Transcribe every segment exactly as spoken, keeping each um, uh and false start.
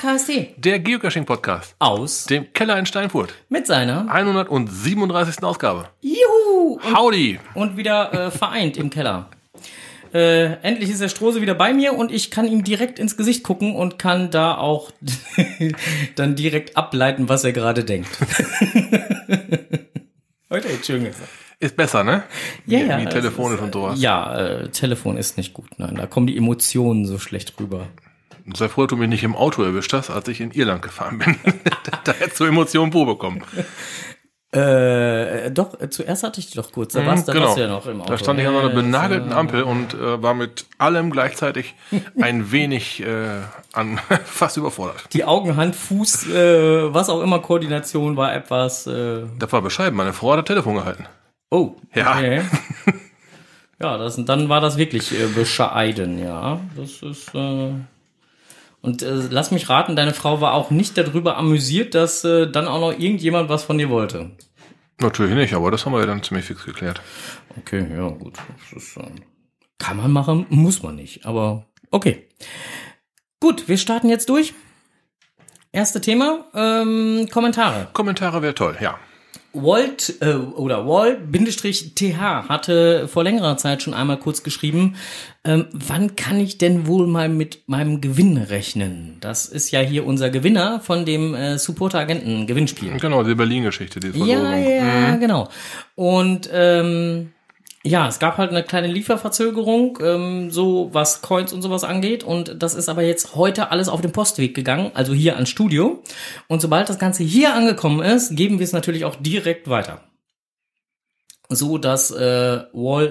K S T. Der Geocaching-Podcast. Aus dem Keller in Steinfurt. Mit seiner hundertsiebenunddreißigsten Ausgabe. Juhu! Und, Howdy! Und wieder äh, vereint im Keller. Äh, endlich ist der Strose wieder bei mir und ich kann ihm direkt ins Gesicht gucken und kann da auch dann direkt ableiten, was er gerade denkt. Heute echt schön gesagt. Ist besser, ne? Ja, wie, ja. Wie telefonisch ist, und sowas. Ja, äh, Telefon ist nicht gut. Nein, da kommen die Emotionen so schlecht rüber. Und sei froh, dass du mich nicht im Auto erwischt hast, als ich in Irland gefahren bin. Da hättest du Emotionen pur bekommen. Äh, doch, äh, zuerst hatte ich die doch kurz. Da warst, da genau. warst du ja noch im Auto. Da stand ich an so einer Ja, benagelten äh, Ampel und äh, war mit allem gleichzeitig ein wenig äh, an, fast überfordert. Die Augen, Hand, Fuß, äh, was auch immer, Koordination war etwas... Äh, Das war bescheiden. Meine Frau hat das Telefon gehalten. oh, Ja. okay. Ja, das, dann war das wirklich äh, bescheiden, ja. Das ist... Äh, und äh, lass mich raten, deine Frau war auch nicht darüber amüsiert, dass äh, dann auch noch irgendjemand was von dir wollte. Natürlich nicht, aber das haben wir ja dann ziemlich fix geklärt. Okay, ja, gut. Das ist, äh, kann man machen, muss man nicht, aber okay. Gut, wir starten jetzt durch. Erste Thema, ähm, Kommentare. Kommentare wäre toll, ja. Walt äh, oder Wall-T H hatte vor längerer Zeit schon einmal kurz geschrieben, ähm, wann kann ich denn wohl mal mit meinem Gewinn rechnen? Das ist ja hier unser Gewinner von dem äh, Supporter-Agenten-Gewinnspiel. Genau, die Berlin-Geschichte, die Ja, Verlosung. ja, Mhm. genau. Und ähm, ja, es gab halt eine kleine Lieferverzögerung, ähm, so was Coins und sowas angeht. Und das ist aber jetzt heute alles auf den Postweg gegangen, also hier ans Studio. Und sobald das Ganze hier angekommen ist, geben wir es natürlich auch direkt weiter. So, dass äh, Walt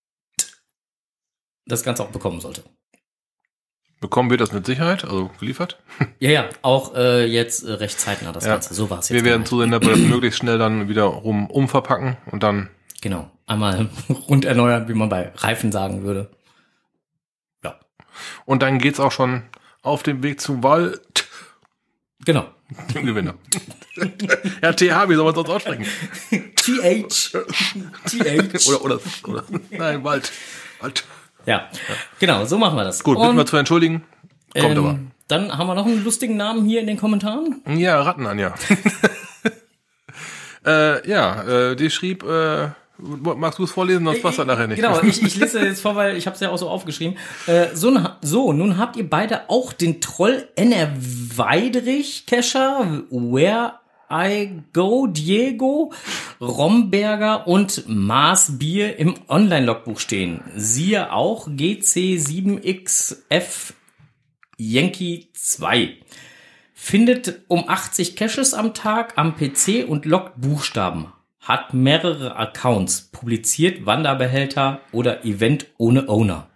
das Ganze auch bekommen sollte. Bekommen wir das mit Sicherheit, also geliefert? Ja, ja, auch äh, jetzt äh, recht zeitnah das Ja. Ganze. So war es jetzt. Wir werden gemeint. zusehen, dass wir das möglichst schnell dann wieder rum umverpacken und dann... Genau, einmal rund erneuern, wie man bei Reifen sagen würde. Ja. Und dann geht's auch schon auf dem Weg zum Wald, Genau. dem Gewinner. Ja, T H, wie soll man sonst aussprechen? T H. T H. Oder, oder, oder, nein, Wald. Wald. Ja, genau, so machen wir das. Gut, bitten Und, wir zu entschuldigen. Kommt ähm, aber. Dann haben wir noch einen lustigen Namen hier in den Kommentaren. Ja, Ratten an, ja. äh, ja, äh, die schrieb, äh, magst du es vorlesen, sonst passt das nachher nicht. Genau, ich, ich lese jetzt vor, weil ich habe es ja auch so aufgeschrieben. Äh, so, so, nun habt ihr beide auch den Troll N R Weidrich Kescher, Where I Go Diego, Romberger und Mars Bier im Online-Logbuch stehen. Siehe auch G C sieben X F Yankee zwei. Findet um achtzig Caches am Tag am P C und loggt Buchstaben. Hat mehrere Accounts. Publiziert Wanderbehälter oder Event ohne Owner.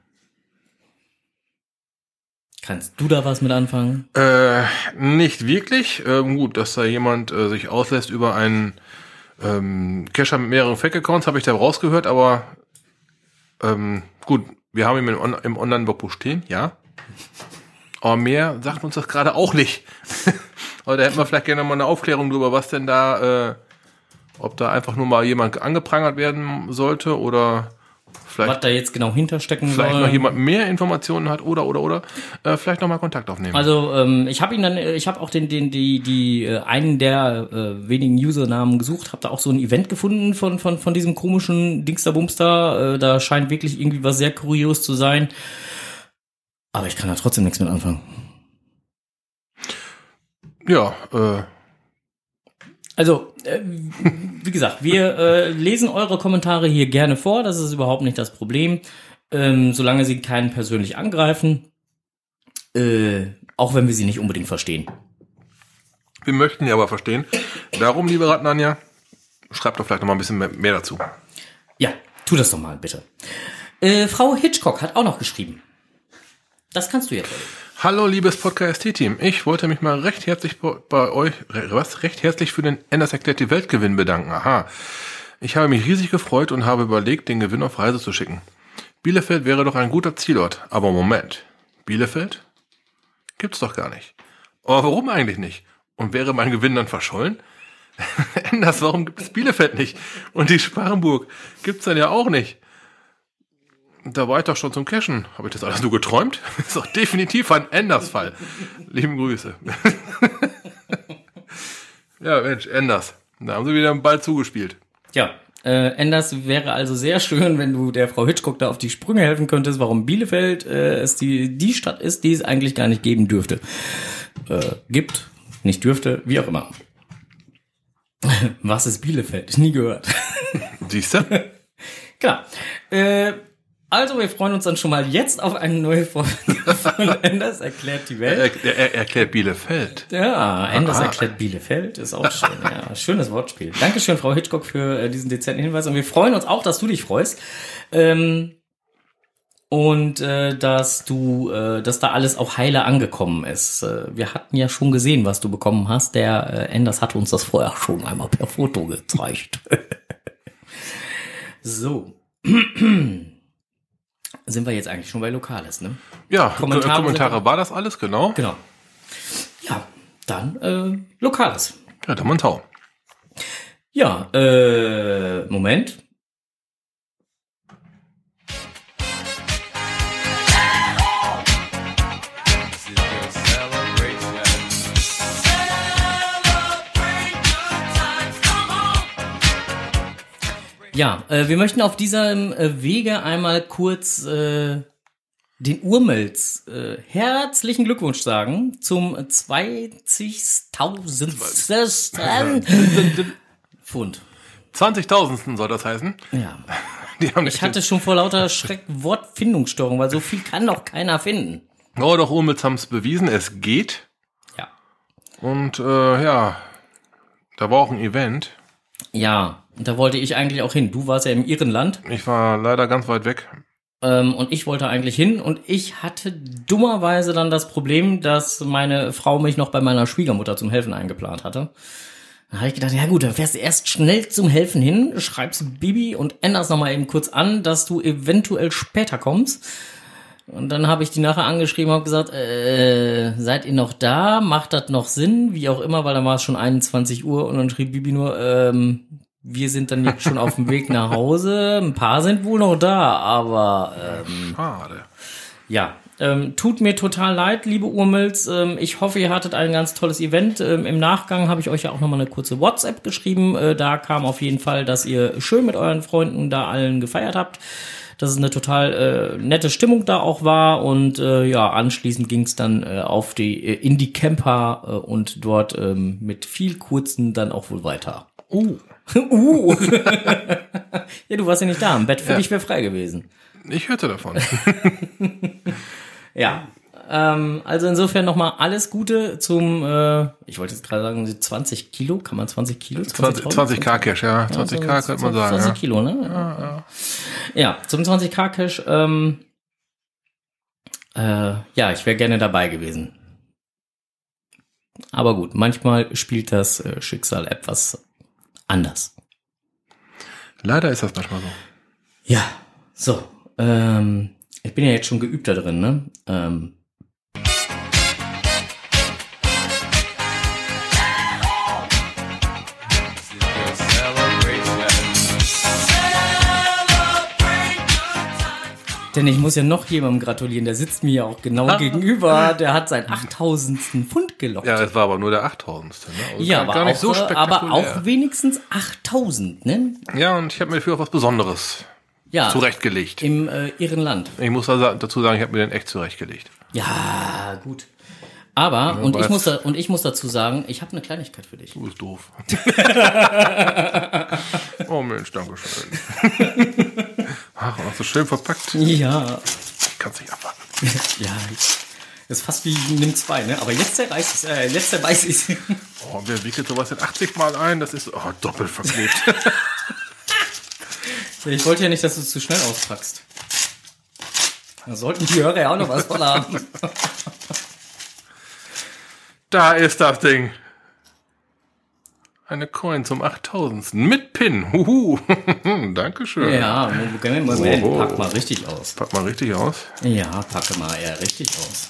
Kannst du da was mit anfangen? Äh, nicht wirklich. Ähm, gut, dass da jemand äh, sich auslässt über einen ähm, Cacher mit mehreren Fake-Accounts, habe ich da rausgehört, aber ähm, gut, wir haben ihn im, On- im Online-Logbuch stehen, ja. Aber mehr sagt uns das gerade auch nicht. Aber da hätten wir vielleicht gerne mal eine Aufklärung drüber, was denn da, äh, ob da einfach nur mal jemand angeprangert werden sollte oder vielleicht, Was da jetzt genau hinterstecken vielleicht soll. noch jemand mehr Informationen hat oder oder oder äh, vielleicht noch mal Kontakt aufnehmen. Also ähm, ich habe ihn dann, ich habe auch den, den, die, die äh, einen der äh, wenigen Usernamen gesucht, habe da auch so ein Event gefunden von von von diesem komischen Dingsterbumster. Äh, da scheint wirklich irgendwie was sehr kurios zu sein. Aber ich kann da trotzdem nichts mit anfangen. Ja, äh, Also, äh, wie gesagt, wir äh, lesen eure Kommentare hier gerne vor. Das ist überhaupt nicht das Problem. Ähm, solange sie keinen persönlich angreifen. Äh, auch wenn wir sie nicht unbedingt verstehen. wir möchten ja aber verstehen. Darum, liebe Rattenanja, schreibt doch vielleicht noch mal ein bisschen mehr, mehr dazu. Ja, tu das doch mal, bitte. Äh, Frau Hitchcock hat auch noch geschrieben. Das kannst du jetzt. Hallo, liebes Podcast-Team. Ich wollte mich mal recht herzlich bei euch, was, recht herzlich für den Enders erklärt die Weltgewinn bedanken. Aha. Ich habe mich riesig gefreut und habe überlegt, den Gewinn auf Reise zu schicken. Bielefeld wäre doch ein guter Zielort. Aber Moment. Bielefeld? Gibt's doch gar nicht. Aber warum eigentlich nicht? Und wäre mein Gewinn dann verschollen? Enders, warum gibt es Bielefeld nicht? Und die Sparrenburg gibt's dann ja auch nicht. Da war ich doch schon zum Cashen. Habe ich das alles nur geträumt? Das ist doch definitiv ein Enders-Fall. Lieben Grüße. Ja, Mensch, Enders. Da haben sie wieder einen Ball zugespielt. Ja, äh, Enders, wäre also sehr schön, wenn du der Frau Hitchcock da auf die Sprünge helfen könntest, warum Bielefeld äh, es die, die Stadt ist, die es eigentlich gar nicht geben dürfte. Äh, gibt, nicht dürfte, wie auch immer. Was ist Bielefeld? Nie gehört. Siehst du? Klar. Äh, also, wir freuen uns dann schon mal jetzt auf eine neue Folge von Enders erklärt die Welt. Er, er, er erklärt Bielefeld. Ja, Enders Ah. erklärt Bielefeld, ist auch schön. Ja, schönes Wortspiel. Dankeschön, Frau Hitchcock, für äh, diesen dezenten Hinweis. Und wir freuen uns auch, dass du dich freust. Ähm, und äh, dass du, äh, dass da alles auch heile angekommen ist. Äh, wir hatten ja schon gesehen, was du bekommen hast. Der äh, Enders hatte uns das vorher schon einmal per Foto gezeigt. So. Sind wir jetzt eigentlich schon bei Lokales, ne? Ja, Kommentare Kommentare, Kommentare sind- war das alles, genau. Genau. Ja, dann äh, Lokales. Ja, dann man Tau. Ja, äh, Moment. Ja, äh, wir möchten auf diesem äh, Wege einmal kurz äh, den Urmels äh, herzlichen Glückwunsch sagen zum zwanzigtausendsten Pfund. zwanzigtausendsten soll das heißen. Ja. Die haben Ich hatte schon vor lauter Schreck Wortfindungsstörung, weil so viel kann doch keiner finden. Oh, doch, Urmels haben es bewiesen, es geht. Ja. Und äh, ja, da war auch ein Event. Ja, und da wollte ich eigentlich auch hin. Du warst ja im Irrenland. Ich war leider ganz weit weg. Ähm, und ich wollte eigentlich hin und ich hatte dummerweise dann das Problem, dass meine Frau mich noch bei meiner Schwiegermutter zum Helfen eingeplant hatte. Dann habe ich gedacht, ja gut, dann fährst du erst schnell zum Helfen hin, schreibst Bibi und änderst nochmal eben kurz an, dass du eventuell später kommst. Und dann habe ich die nachher angeschrieben und habe gesagt, äh, seid ihr noch da? Macht das noch Sinn? Wie auch immer, weil dann war es schon einundzwanzig Uhr und dann schrieb Bibi nur, ähm, wir sind dann jetzt schon auf dem Weg nach Hause. Ein paar sind wohl noch da, aber ähm, Schade. ja, ähm, tut mir total leid, liebe Urmels. Ähm, ich hoffe, ihr hattet ein ganz tolles Event. Ähm, Im Nachgang habe ich euch ja auch nochmal eine kurze WhatsApp geschrieben. Äh, da kam auf jeden Fall, dass ihr schön mit euren Freunden da allen gefeiert habt. Dass es eine total äh, nette Stimmung da auch war. Und äh, ja, anschließend ging es dann äh, auf die äh, in die Camper äh, und dort ähm, mit viel Kurzen dann auch wohl weiter. Uh. uh. Ja, du warst ja nicht da. Im Bett für Ja. dich wäre frei gewesen. Ich hörte davon. Ja, ähm, also insofern nochmal alles Gute zum, äh, ich wollte jetzt gerade sagen, zwanzig Kilo, kann man zwanzig Kilo? zwanzig, zwanzig K Cash, ja. zwanzig K könnte man sagen. zwanzig Ja. Kilo, ne? Ja, ja. Ja, zum zwanzig K Cash, ähm, äh, ja, ich wäre gerne dabei gewesen. Aber gut, manchmal spielt das äh, Schicksal etwas anders. Leider ist das manchmal so. Ja, so, ähm, ich bin ja jetzt schon geübt da drin, ne? Ähm, Denn ich muss ja noch jemandem gratulieren, der sitzt mir ja auch genau gegenüber, der hat seinen achttausendsten Pfund gelockt. Ja, es war aber nur der achttausendste. Ne? Also Ja, gar, aber, gar nicht auch, so äh, spektakulär. aber auch wenigstens achttausend, ne? Ja, und ich habe mir dafür auch was Besonderes Ja, zurechtgelegt. im äh, Irrenland. Ich muss also dazu sagen, ich habe mir den echt zurechtgelegt. Ja, gut. Aber, und, ich muss da, und ich muss dazu sagen, ich habe eine Kleinigkeit für dich. Du bist doof. Oh Mensch, danke schön. Ach, und auch so schön verpackt. Ja, Kannst nicht abwarten. ja, ist fast wie nimm zwei, ne? Aber jetzt zerreiß ich's, äh, jetzt zerreiß ich's. Oh, wer wickelt sowas in achtzig Mal ein? Das ist oh, doppelt verklebt. Ich wollte ja nicht, dass du es zu schnell auspackst. Da sollten die Hörer ja auch noch was von haben. Da ist das Ding. Eine Coin zum achttausendsten mit Pin. Huhu. Dankeschön. Ja, Moment, Moment, Oh. pack mal richtig aus. Pack mal richtig aus. Ja, packe mal eher richtig aus.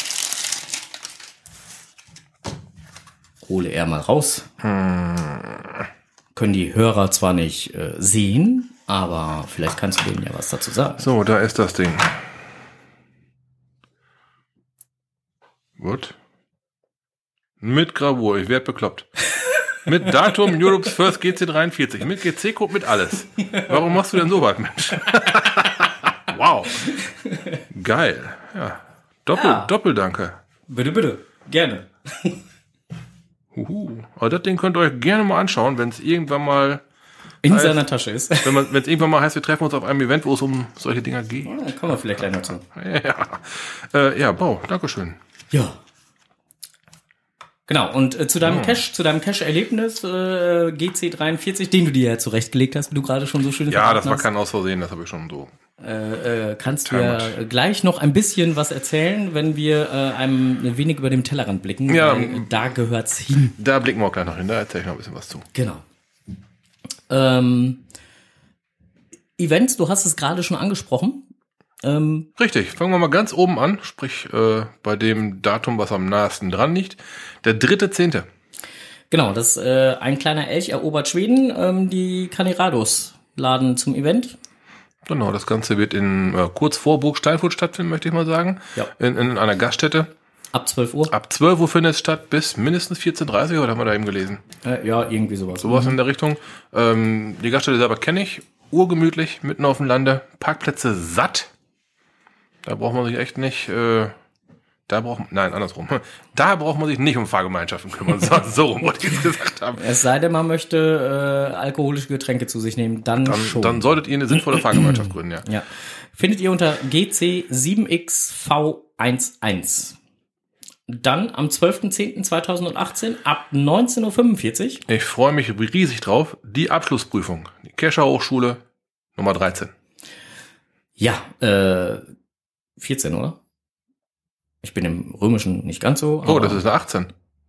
Hole er mal raus. Können die Hörer zwar nicht äh, sehen, Aber vielleicht kannst du denen ja was dazu sagen. So, da ist das Ding. What? Mit Gravur, ich werd bekloppt. Mit Datum Europe's First G C dreiundvierzig, mit G C-Code, mit alles. Warum machst du denn sowas, Mensch? Wow. Geil. Ja. Doppel, Ja. Doppeldanke. Bitte, bitte. Gerne. Uhu. Aber das Ding könnt ihr euch gerne mal anschauen, wenn es irgendwann mal In heißt, seiner Tasche ist. wenn man, wenn es irgendwann mal heißt, wir treffen uns auf einem Event, wo es um solche Dinger geht. Ja, da kommen wir vielleicht gleich noch zu. Ja, äh, ja, Bau, Dankeschön. Ja. Genau, und äh, zu deinem Cache, zu deinem Cache-Erlebnis äh, G C dreiundvierzig, den du dir ja zurechtgelegt hast, wie du gerade schon so schön Ja, das war hast, kein Aus Versehen, das habe ich schon so. äh, äh, kannst du Timed. ja gleich noch ein bisschen was erzählen, wenn wir äh, ein wenig über den Tellerrand blicken. Ja, weil, äh, da gehört's hin. Da blicken wir auch gleich noch hin, da erzähle ich noch ein bisschen was zu. Genau. Ähm, Events, du hast es gerade schon angesprochen. Ähm, Richtig, fangen wir mal ganz oben an, sprich äh, bei dem Datum, was am nahesten dran liegt. Der dritte Zehnte. genau, das äh, ein kleiner Elch erobert Schweden. Ähm, die Canerados laden zum Event. Genau, das Ganze wird in äh, kurz vor Burg Steinfurt stattfinden, möchte ich mal sagen. Ja. In, in einer Gaststätte. Ab zwölf Uhr. Ab zwölf Uhr findet es statt bis mindestens vierzehn Uhr dreißig, oder haben wir da eben gelesen? Äh, ja, irgendwie sowas. Sowas in der Richtung. Ähm, die Gaststätte selber kenne ich. Urgemütlich, mitten auf dem Lande. Parkplätze satt. Da braucht man sich echt nicht, äh, da braucht nein, andersrum. Da braucht man sich nicht um Fahrgemeinschaften kümmern. So, so rum wollte ich es gesagt haben. Es sei denn, man möchte äh, alkoholische Getränke zu sich nehmen, dann, Dann, schon. dann solltet ihr eine sinnvolle Fahrgemeinschaft gründen, ja. ja. Findet ihr unter G C sieben X V elf. Dann am zwölften zehnten zweitausendachtzehn ab neunzehn Uhr fünfundvierzig. Ich freue mich riesig drauf. Die Abschlussprüfung. Die Kescher Hochschule Nummer dreizehn. Ja, äh, vierzehn, oder? Ich bin im Römischen nicht ganz so. Oh, aber- das ist eine achtzehn.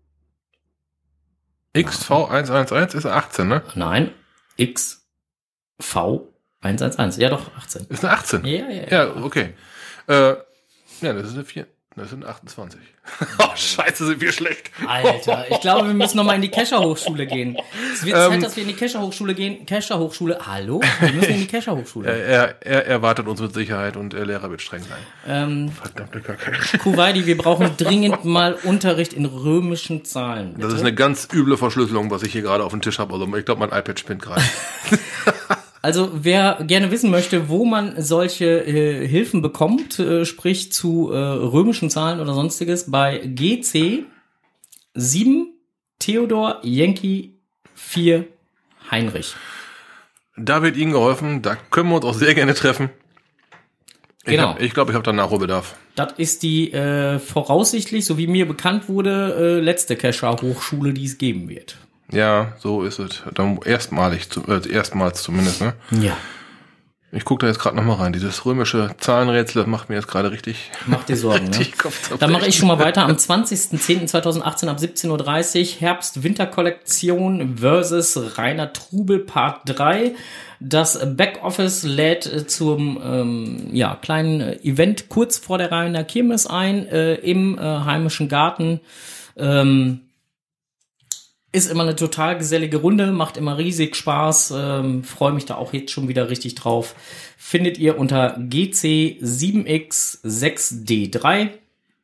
X V hundertelf ist eine achtzehn, ne? Nein, X V hundertelf. Ja, doch, achtzehn. Ist eine achtzehn. Ja, ja, ja. Ja, okay. Äh, ja, das ist eine vier. Das sind achtundzwanzig. Oh, scheiße, sind wir schlecht. Alter, ich glaube, wir müssen nochmal in die Kescher-Hochschule gehen. Es wird Ähm, Zeit, dass wir in die Kescher-Hochschule gehen. Kescher-Hochschule, hallo? Wir müssen in die Kescher-Hochschule. Er, er erwartet uns mit Sicherheit und der Lehrer wird streng sein. Ähm, Verdammte Kacke. Kuwaiti, wir brauchen dringend mal Unterricht in römischen Zahlen. Das ist eine ganz üble Verschlüsselung, was ich hier gerade auf dem Tisch habe. Also ich glaube, mein iPad spinnt gerade. Also wer gerne wissen möchte, wo man solche äh, Hilfen bekommt, äh, sprich zu äh, römischen Zahlen oder sonstiges, bei G C sieben Theodor Yankee vier Heinrich. Da wird Ihnen geholfen. Da können wir uns auch sehr gerne treffen. Ich Genau. Hab, ich glaube, ich habe da Nachholbedarf. Das ist die äh, voraussichtlich, so wie mir bekannt wurde, äh, letzte Kescher-Hochschule, die es geben wird. Ja, so ist es. Dann erstmalig, zu- äh, erstmals zumindest, ne? Ja. Ich gucke da jetzt gerade nochmal rein. Dieses römische Zahlenrätsel, das macht mir jetzt gerade richtig, Mach dir Sorgen, ne? die Kopfzerbrechen. Dann mache ich schon mal weiter. Am zwanzigsten zehnten zweitausendachtzehn ab siebzehn Uhr dreißig Herbst-Winter-Kollektion versus Rainer Trubel Part drei. Das Backoffice lädt äh, zum ähm, ja, kleinen äh, Event kurz vor der Rainer Kirmes ein, äh, im äh, heimischen Garten. Ähm, Ist immer eine total gesellige Runde, macht immer riesig Spaß, ähm, freue mich da auch jetzt schon wieder richtig drauf. Findet ihr unter G C sieben X sechs D drei.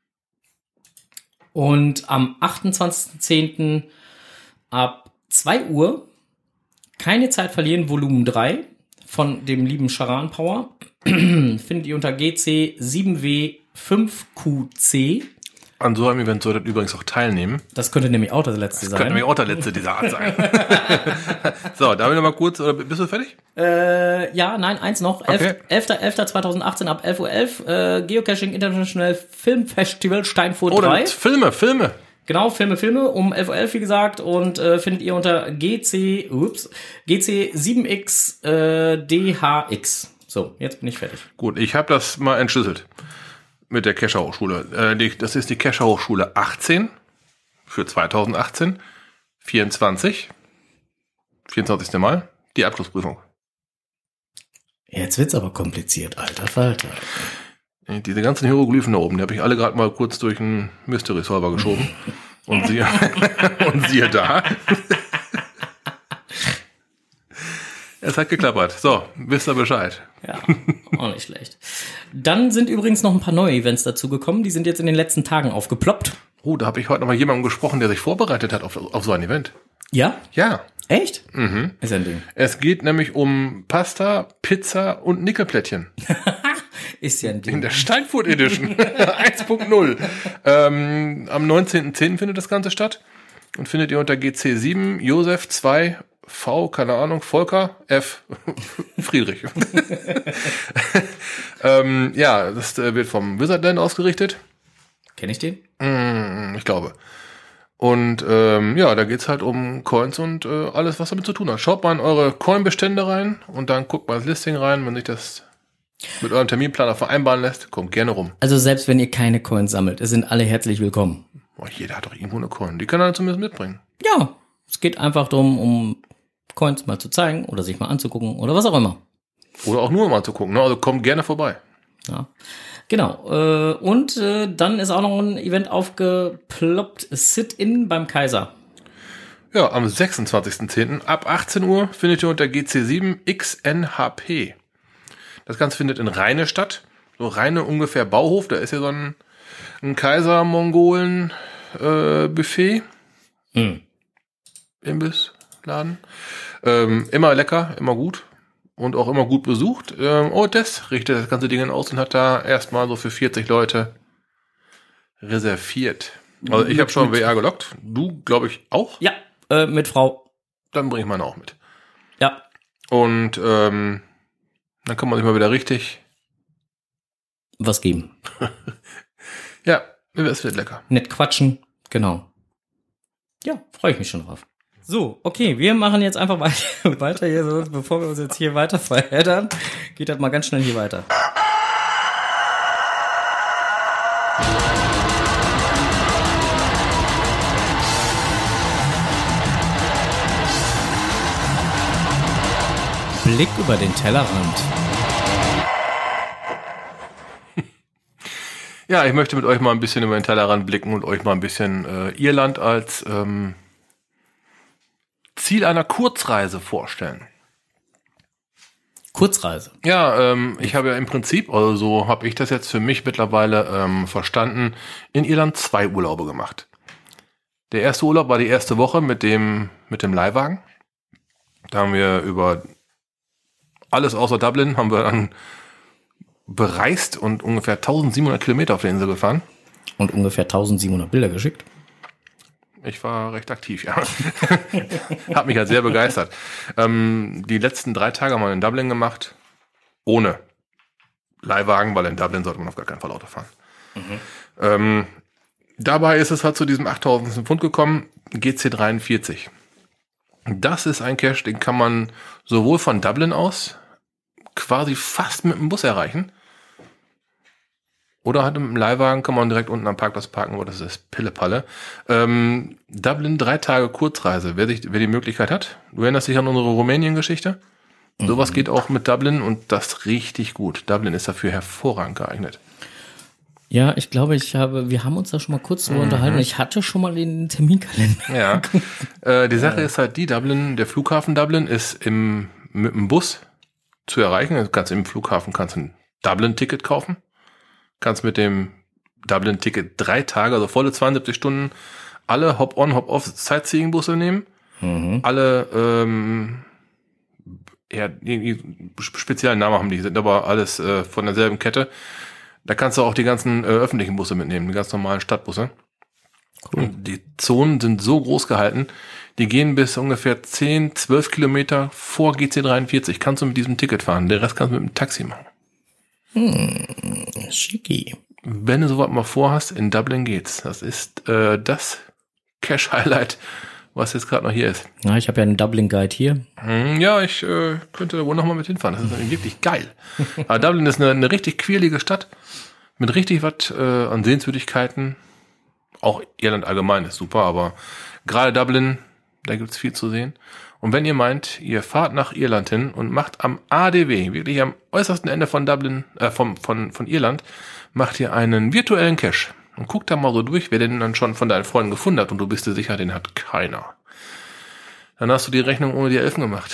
Und am achtundzwanzigsten zehnten ab zwei Uhr Keine Zeit verlieren, Volumen drei von dem lieben Charan Power. Findet ihr unter G C sieben W fünf Q C. An so einem Event solltet ihr übrigens auch teilnehmen. Das könnte nämlich auch das letzte Das könnte sein. nämlich auch der letzte dieser Art sein. So, da will ich noch mal kurz, oder bist du fertig? Äh, ja, nein, eins noch. Okay. elfter elfter zweitausendachtzehn ab elf Uhr elf. Äh, Geocaching International Film Festival Steinfurt Oder drei. Filme, Filme. Genau, Filme, Filme um elf Uhr elf, wie gesagt. Und äh, findet ihr unter G C, ups, G C sieben X äh, D H X. So, jetzt bin ich fertig. Gut, ich habe das mal entschlüsselt mit der Kescher Hochschule. Äh, die, das ist die Kescher Hochschule achtzehn für zweitausendachtzehn. vierundzwanzig. vierundzwanzigste Mal. Die Abschlussprüfung. Jetzt wird's aber kompliziert, alter Falter. Diese ganzen Hieroglyphen da oben, die habe ich alle gerade mal kurz durch einen Mystery Solver geschoben. Und siehe, und siehe da. Es hat geklappert. So, wisst ihr Bescheid. Ja, auch nicht schlecht. Dann sind übrigens noch ein paar neue Events dazu gekommen. Die sind jetzt in den letzten Tagen aufgeploppt. Oh, da habe ich heute noch mal jemandem gesprochen, der sich vorbereitet hat auf, auf so ein Event. Ja? Ja. Echt? Mhm. Ist ein Ding. Es geht nämlich um Pasta, Pizza und Nickelplättchen. Ist ja ein Ding. In der Steinfurt Edition eins Punkt null. Ähm, am neunzehnten zehnten findet das Ganze statt. Und findet ihr unter G C sieben, Josef zwei, V, keine Ahnung, Volker, F, Friedrich. ähm, ja, das äh, wird vom Wizardland ausgerichtet. Kenn ich den? Mm, ich glaube. Und ähm, ja, da geht's halt um Coins und äh, alles, was damit zu tun hat. Schaut mal in eure Coin-Bestände rein und dann guckt mal ins Listing rein. Wenn sich das mit eurem Terminplaner vereinbaren lässt, kommt gerne rum. Also selbst wenn ihr keine Coins sammelt, es sind alle herzlich willkommen. Oh, jeder hat doch irgendwo eine Coin. Die kann er zumindest mitbringen. Ja, es geht einfach darum, um Coins mal zu zeigen oder sich mal anzugucken oder was auch immer. Oder auch nur mal zu gucken. Ne? Also kommt gerne vorbei. Ja, genau. Äh, und äh, dann ist auch noch ein Event aufgeploppt, Sit-In beim Kaiser. Ja, am sechsundzwanzigsten zehnten ab achtzehn Uhr findet ihr unter G C sieben X N H P. Das Ganze findet in Rheine statt. So Rheine ungefähr Bauhof. Da ist ja so ein, ein Kaiser-Mongolen-Buffet. Äh, Hm. Imbissladen. Ähm, immer lecker, immer gut. Und auch immer gut besucht. Ähm, Otis richtet das ganze Ding aus und hat da erstmal so für vierzig Leute reserviert. Also ich habe schon W R gelockt. Du, glaube ich, auch? Ja, äh, mit Frau. Dann bringe ich meine auch mit. Ja. Und ähm, dann kann man sich mal wieder richtig Was geben. ja, es wird lecker. Nett quatschen. Genau. Ja, freue ich mich schon drauf. So, okay, wir machen jetzt einfach weiter, weiter hier, so, bevor wir uns jetzt hier weiter verheddern, geht das mal ganz schnell hier weiter. Blick über den Tellerrand. Ja, ich möchte mit euch mal ein bisschen über den Tellerrand blicken und euch mal ein bisschen äh, Irland als ähm, Ziel einer Kurzreise vorstellen. Kurzreise? Ja, ähm, ich habe ja im Prinzip, also so habe ich das jetzt für mich mittlerweile ähm, verstanden, in Irland zwei Urlaube gemacht. Der erste Urlaub war die erste Woche mit dem mit dem Leihwagen. Da haben wir über alles außer Dublin haben wir dann bereist und ungefähr eintausendsiebenhundert Kilometer auf der Insel gefahren. Und ungefähr eintausendsiebenhundert Bilder geschickt. Ich war recht aktiv, ja. Hat mich halt sehr begeistert. Ähm, die letzten drei Tage haben wir in Dublin gemacht, ohne Leihwagen, weil in Dublin sollte man auf gar keinen Fall Auto fahren. Mhm. Ähm, dabei ist es halt zu diesem achttausend Pfund gekommen, G C dreiundvierzig. Das ist ein Cache, den kann man sowohl von Dublin aus quasi fast mit dem Bus erreichen. Oder halt mit dem Leihwagen kann man direkt unten am Parkplatz parken, wo das ist Pillepalle. Ähm, Dublin, drei Tage Kurzreise, wer, sich, wer die Möglichkeit hat. Du erinnerst dich an unsere Rumänien-Geschichte? Mhm. Sowas geht auch mit Dublin und das richtig gut. Dublin ist dafür hervorragend geeignet. Ja, ich glaube, ich habe, wir haben uns da schon mal kurz drüber mhm. unterhalten. Ich hatte schon mal den Terminkalender. Ja, äh, die Sache ist halt die, Dublin, der Flughafen Dublin ist im, mit dem Bus zu erreichen. Du kannst im Flughafen kannst ein Dublin-Ticket kaufen. Kannst mit dem Dublin-Ticket drei Tage, also volle zweiundsiebzig Stunden, alle Hop-on, Hop-off Sightseeing-Busse nehmen. Mhm. Alle, ähm, ja, irgendwie speziellen Namen haben die, sind aber alles äh, von derselben Kette. Da kannst du auch die ganzen äh, öffentlichen Busse mitnehmen, die ganz normalen Stadtbusse. Cool. Und die Zonen sind so groß gehalten, die gehen bis ungefähr zehn, zwölf Kilometer vor G C dreiundvierzig. Kannst du mit diesem Ticket fahren, der Rest kannst du mit dem Taxi machen. Hm, schicki. Wenn du sowas mal vorhast, in Dublin geht's. Das ist äh, das Cache-Highlight, was jetzt gerade noch hier ist. Ja, ich habe ja einen Dublin-Guide hier. Hm, ja, ich äh, könnte da wohl noch mal mit hinfahren. Das ist wirklich geil. Aber Dublin ist eine, eine richtig quirlige Stadt mit richtig was äh, an Sehenswürdigkeiten. Auch Irland allgemein ist super, aber gerade Dublin, da gibt's viel zu sehen. Und wenn ihr meint, ihr fahrt nach Irland hin und macht am A D W, wirklich am äußersten Ende von Dublin, äh, vom, von, von Irland, macht ihr einen virtuellen Cache und guckt da mal so durch, wer den dann schon von deinen Freunden gefunden hat und du bist dir sicher, den hat keiner. Dann hast du die Rechnung ohne die Elfen gemacht.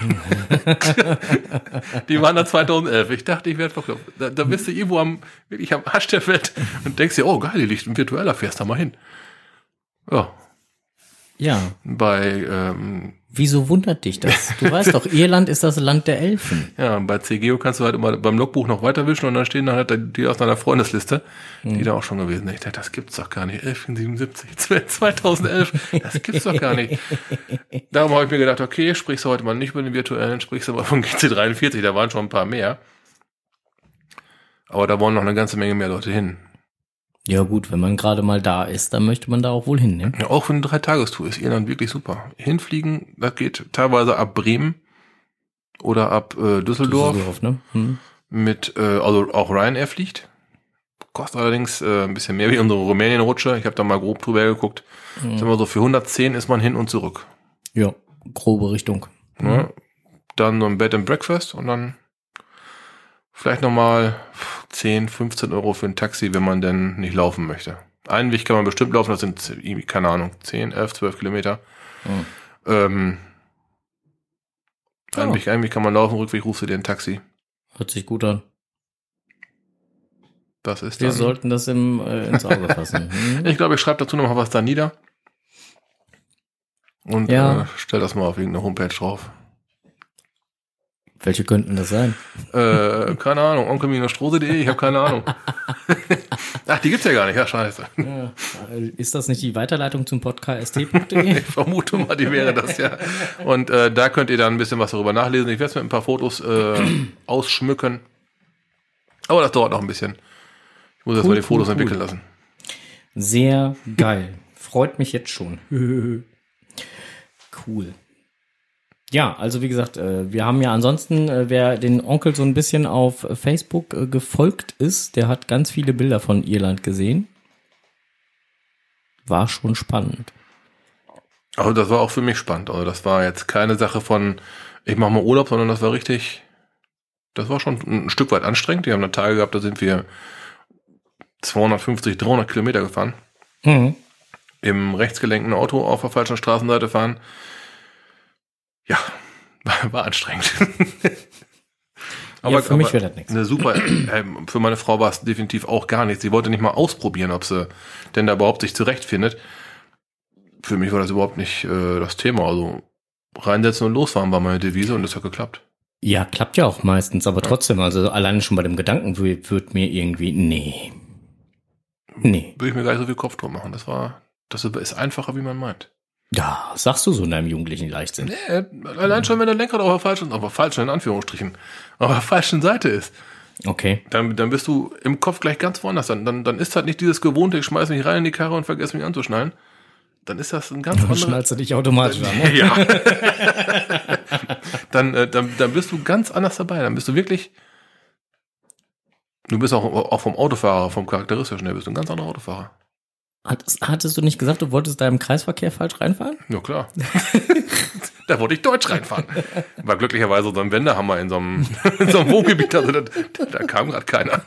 Die waren da zweitausendelf. Ich dachte, ich werde verkloppt. Da, da bist du irgendwo am, wirklich am Arsch der Welt und denkst dir, oh geil, hier liegt ein virtueller, fährst da mal hin. Ja. Ja. Bei, ähm, Wieso wundert dich das? Du weißt doch, Irland ist das Land der Elfen. ja, bei C G O kannst du halt immer beim Logbuch noch weiterwischen und dann stehen dann halt die aus deiner Freundesliste, die mhm. da auch schon gewesen sind. Ich dachte, das gibt's doch gar nicht. elfhundertsiebenundsiebzig, zweitausendelf, das gibt's doch gar nicht. Darum habe ich mir gedacht, okay, sprichst du heute mal nicht über den virtuellen, sprichst du mal von G C dreiundvierzig, da waren schon ein paar mehr. Aber da wollen noch eine ganze Menge mehr Leute hin. Ja gut, wenn man gerade mal da ist, dann möchte man da auch wohl hin, ne? Ja, auch für eine Dreitagestour ist Irland wirklich super. Hinfliegen, das geht teilweise ab Bremen oder ab äh, Düsseldorf. Düsseldorf, ne? Hm. Mit, äh, also auch Ryanair fliegt. Kostet allerdings äh, ein bisschen mehr wie unsere Rumänien-Rutsche. Ich habe da mal grob drüber geguckt. Hm. Sagen wir so, für hundertzehn ist man hin und zurück. Ja, grobe Richtung. Ja, hm. Dann so ein Bed and Breakfast und dann vielleicht nochmal zehn, fünfzehn Euro für ein Taxi, wenn man denn nicht laufen möchte. Einen Weg kann man bestimmt laufen, das sind irgendwie, keine Ahnung, zehn, elf, zwölf Kilometer. Mhm. Ähm, einen, oh. Weg, einen Weg kann man laufen, Rückweg rufst du dir ein Taxi. Hört sich gut an. Das ist Wir dann, sollten das im, äh, ins Auge fassen. Mhm. Ich glaube, ich schreibe dazu nochmal was da nieder. Und ja. äh, stell das mal auf irgendeine Homepage drauf. Welche könnten das sein? Äh, keine Ahnung, onkel-strose punkt de, ich habe keine Ahnung. Ach, die gibt's ja gar nicht, ja, scheiße. Ja, ist das nicht die Weiterleitung zum podcast punkt de? Ich vermute mal, die wäre das, ja. Und äh, da könnt ihr dann ein bisschen was darüber nachlesen. Ich werde es mit ein paar Fotos äh, ausschmücken. Aber das dauert noch ein bisschen. Ich muss cool, erst mal die Fotos cool, entwickeln cool. lassen. Sehr geil. Freut mich jetzt schon. Cool. Ja, also wie gesagt, wir haben ja ansonsten, wer den Onkel so ein bisschen auf Facebook gefolgt ist, der hat ganz viele Bilder von Irland gesehen. War schon spannend. Also das war auch für mich spannend. Also das war jetzt keine Sache von, ich mache mal Urlaub, sondern das war richtig, das war schon ein Stück weit anstrengend. Wir haben eine Tage gehabt, da sind wir zweihundertfünfzig, dreihundert Kilometer gefahren. Mhm. Im rechtsgelenkten Auto auf der falschen Straßenseite fahren. Ja, war, war anstrengend. aber ja, für mich wäre das nichts. Eine super, äh, für meine Frau war es definitiv auch gar nichts. Sie wollte nicht mal ausprobieren, ob sie denn da überhaupt sich zurechtfindet. Für mich war das überhaupt nicht äh, das Thema. Also reinsetzen und losfahren war meine Devise und das hat geklappt. Ja, klappt ja auch meistens, aber ja. trotzdem, also alleine schon bei dem Gedanken wird mir irgendwie, nee. Nee. Würde ich mir gar nicht so viel Kopf drum machen. Das war, das ist einfacher, wie man meint. Ja, sagst du so in deinem jugendlichen Leichtsinn. Nee, allein schon, wenn der Lenkrad auf der falschen, auf der falschen, in Anführungsstrichen, auf der falschen Seite ist. Okay. Dann, dann bist du im Kopf gleich ganz woanders. Dann, dann, dann ist halt nicht dieses gewohnte, ich schmeiß mich rein in die Karre und vergesse mich anzuschnallen. Dann ist das ein ganz anderes. Dann schnallst du dich automatisch an, ne? Ja. dann, äh, dann, dann bist du ganz anders dabei. Dann bist du wirklich, du bist auch, auch vom Autofahrer, vom charakteristischen her, bist du ein ganz anderer Autofahrer. Hattest, hattest du nicht gesagt, du wolltest da im Kreisverkehr falsch reinfahren? Ja, klar. Da wollte ich deutsch reinfahren. War glücklicherweise so ein Wendehammer in so einem, in so einem Wohngebiet, also da, da kam gerade keiner.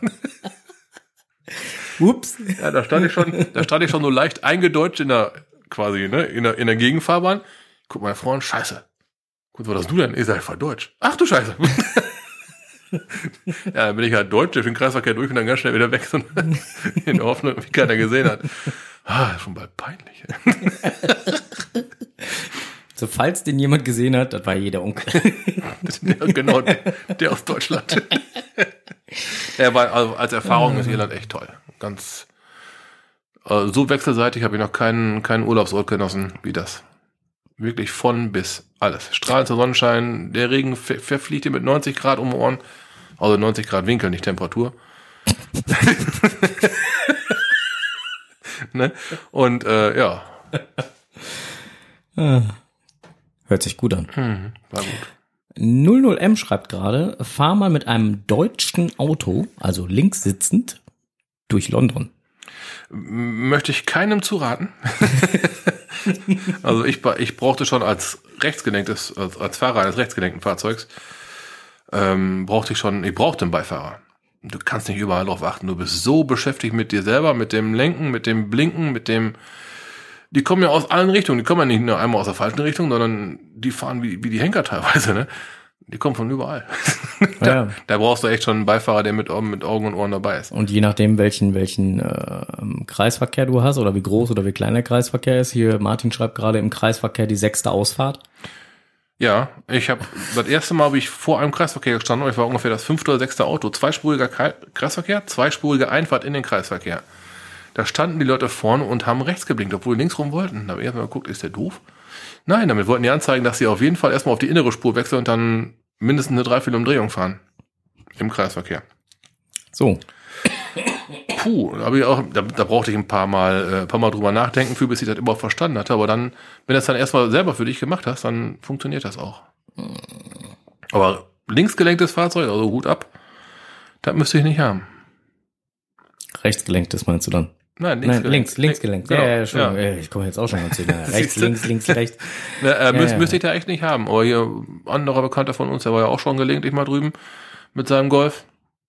Ups. Ja, da stand ich schon, da stand ich schon so leicht eingedeutscht in der, quasi, ne, in der, in der Gegenfahrbahn. Guck meine Frau an, scheiße. Gut, was hast du denn? Ich sag, ich fahr deutsch. Ach du Scheiße. Ja, dann bin ich halt deutsch, durch den Kreisverkehr durch und dann ganz schnell wieder weg, in der Hoffnung, wie keiner gesehen hat. Ah, schon bald peinlich. So, falls den jemand gesehen hat, das war jeder Onkel. Ja, genau, der, der aus Deutschland. Ja, weil also als Erfahrung ist Irland echt toll. Ganz also so wechselseitig habe ich noch keinen, keinen Urlaubsort genossen wie das. Wirklich von bis alles. Strahlender Sonnenschein, der Regen ver- verfliegt dir mit neunzig Grad um die Ohren. Also neunzig Grad Winkel, nicht Temperatur. Ne? Und äh, ja. Hört sich gut an. Hm, war gut. null null M schreibt gerade, fahr mal mit einem deutschen Auto, also links sitzend, durch London. Möchte ich keinem zuraten. Also ich, ich brauchte schon als rechtsgelenktes, als, als Fahrer eines rechtsgelenkten Fahrzeugs, ähm, brauchte ich schon, ich brauchte einen Beifahrer. Du kannst nicht überall drauf achten. Du bist so beschäftigt mit dir selber, mit dem Lenken, mit dem Blinken, mit dem die kommen ja aus allen Richtungen. Die kommen ja nicht nur einmal aus der falschen Richtung, sondern die fahren wie, wie die Henker teilweise, ne? Die kommen von überall. da, Ja. da brauchst du echt schon einen Beifahrer, der mit, mit Augen und Ohren dabei ist. Und je nachdem, welchen, welchen äh, Kreisverkehr du hast oder wie groß oder wie klein der Kreisverkehr ist, hier Martin schreibt gerade im Kreisverkehr die sechste Ausfahrt. Ja, ich habe das erste Mal habe ich vor einem Kreisverkehr gestanden und ich war ungefähr das fünfte oder sechste Auto. Zweispuriger Kreisverkehr, zweispurige Einfahrt in den Kreisverkehr. Da standen die Leute vorne und haben rechts geblinkt, obwohl die links rum wollten. Da habe ich erstmal geguckt, ist der doof? Nein, damit wollten die anzeigen, dass sie auf jeden Fall erstmal auf die innere Spur wechseln und dann mindestens eine Dreiviertelumdrehung fahren. Im Kreisverkehr. So. Puh, da, hab ich auch, da, da brauchte ich ein paar Mal, äh, ein paar Mal drüber nachdenken, für bis ich das überhaupt verstanden hatte. Aber dann, wenn du das dann erstmal selber für dich gemacht hast, dann funktioniert das auch. Aber linksgelenktes Fahrzeug, also Hut ab, das müsste ich nicht haben. Rechtsgelenktes meinst du dann? Nein, links, Nein, links, links gelenkt. Genau. Ja, ja, schon. Ja. Ich komme jetzt auch schon ganz rechts, rechts, links, links, rechts. Na, äh, ja, müsste, ja. müsste ich da echt nicht haben. Aber hier, anderer Bekannter von uns, der war ja auch schon gelegentlich mal drüben mit seinem Golf.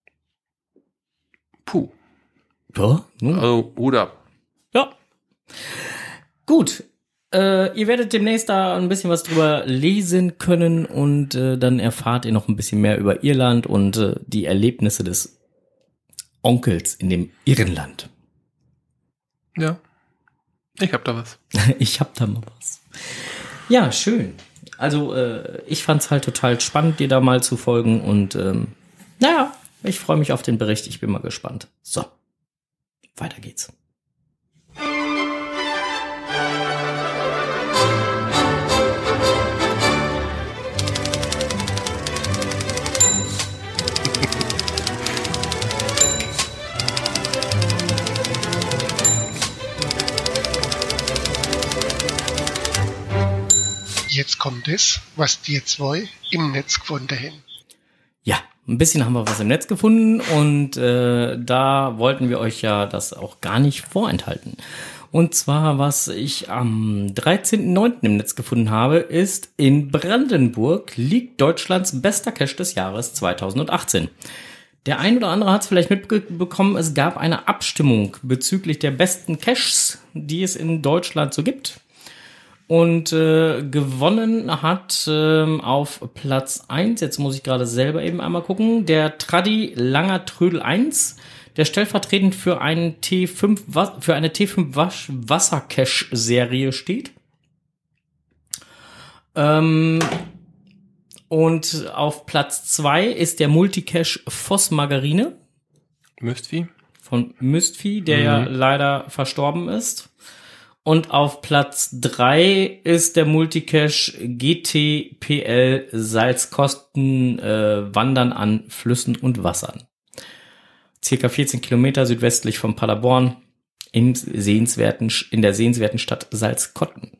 Puh. Ja, hm. Also, Hut ab. Ja. Gut. Äh, ihr werdet demnächst da ein bisschen was drüber lesen können und äh, dann erfahrt ihr noch ein bisschen mehr über Irland und äh, die Erlebnisse des Onkels in dem Irrenland. Ja. Ich hab da was. Ich hab da mal was. Ja, schön. Also äh, ich fand's halt total spannend, dir da mal zu folgen und ähm, naja, ich freue mich auf den Bericht. Ich bin mal gespannt. So, weiter geht's. Jetzt kommt es, was die zwei im Netz gefunden haben. Ja, ein bisschen haben wir was im Netz gefunden und äh, da wollten wir euch ja das auch gar nicht vorenthalten. Und zwar, was ich am dreizehnten neunten im Netz gefunden habe, ist, in Brandenburg liegt Deutschlands bester Cache des Jahres zweitausendachtzehn. Der ein oder andere hat es vielleicht mitbekommen, es gab eine Abstimmung bezüglich der besten Caches, die es in Deutschland so gibt. Und äh, gewonnen hat ähm, auf Platz eins, jetzt muss ich gerade selber eben einmal gucken, der Tradi Langer Trödel eins, der stellvertretend für einen T fünf für eine T fünf Wassercache Serie steht. Ähm, und auf Platz zwei ist der Multicache Voss Margarine Müstvieh. von Müstvieh, der Mhm. ja leider verstorben ist. Und auf Platz drei ist der Multicache G T P L Salzkosten äh, Wandern an Flüssen und Wassern. Circa vierzehn Kilometer südwestlich von Paderborn im sehenswerten, in der sehenswerten Stadt Salzkotten.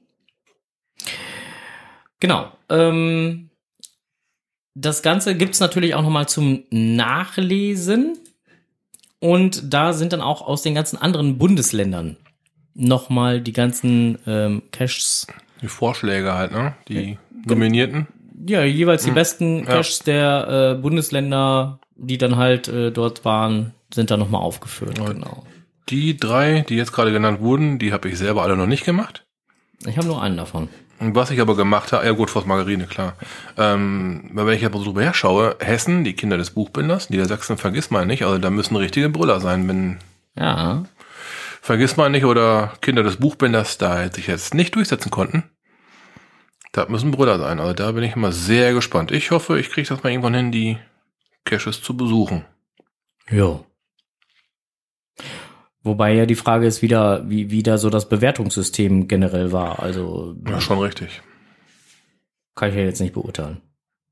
Genau. Ähm, das Ganze gibt's natürlich auch nochmal zum Nachlesen. Und da sind dann auch aus den ganzen anderen Bundesländern nochmal die ganzen ähm, Caches. Die Vorschläge halt, ne? Die Nominierten. Ja, jeweils die Hm. besten Ja. Caches der äh, Bundesländer, die dann halt äh, dort waren, sind dann nochmal aufgeführt. Ja. Genau. Die drei, die jetzt gerade genannt wurden, die habe ich selber alle noch nicht gemacht. Ich habe nur einen davon. Und was ich aber gemacht habe, ja gut, Voss Margarine, klar. Ähm, weil wenn ich aber so drüber herschaue, Hessen, die Kinder des Buchbinders, Niedersachsen vergisst man nicht, also da müssen richtige Brüller sein, wenn Ja. vergisst man nicht oder Kinder des Buchbinders da sich jetzt nicht durchsetzen konnten. Das müssen Brüller sein, also da bin ich immer sehr gespannt. Ich hoffe, ich kriege das mal irgendwann hin, die Caches zu besuchen. Ja. Wobei ja die Frage ist wieder, wie, wie da so das Bewertungssystem generell war. Also Ja, schon richtig. kann ich ja jetzt nicht beurteilen.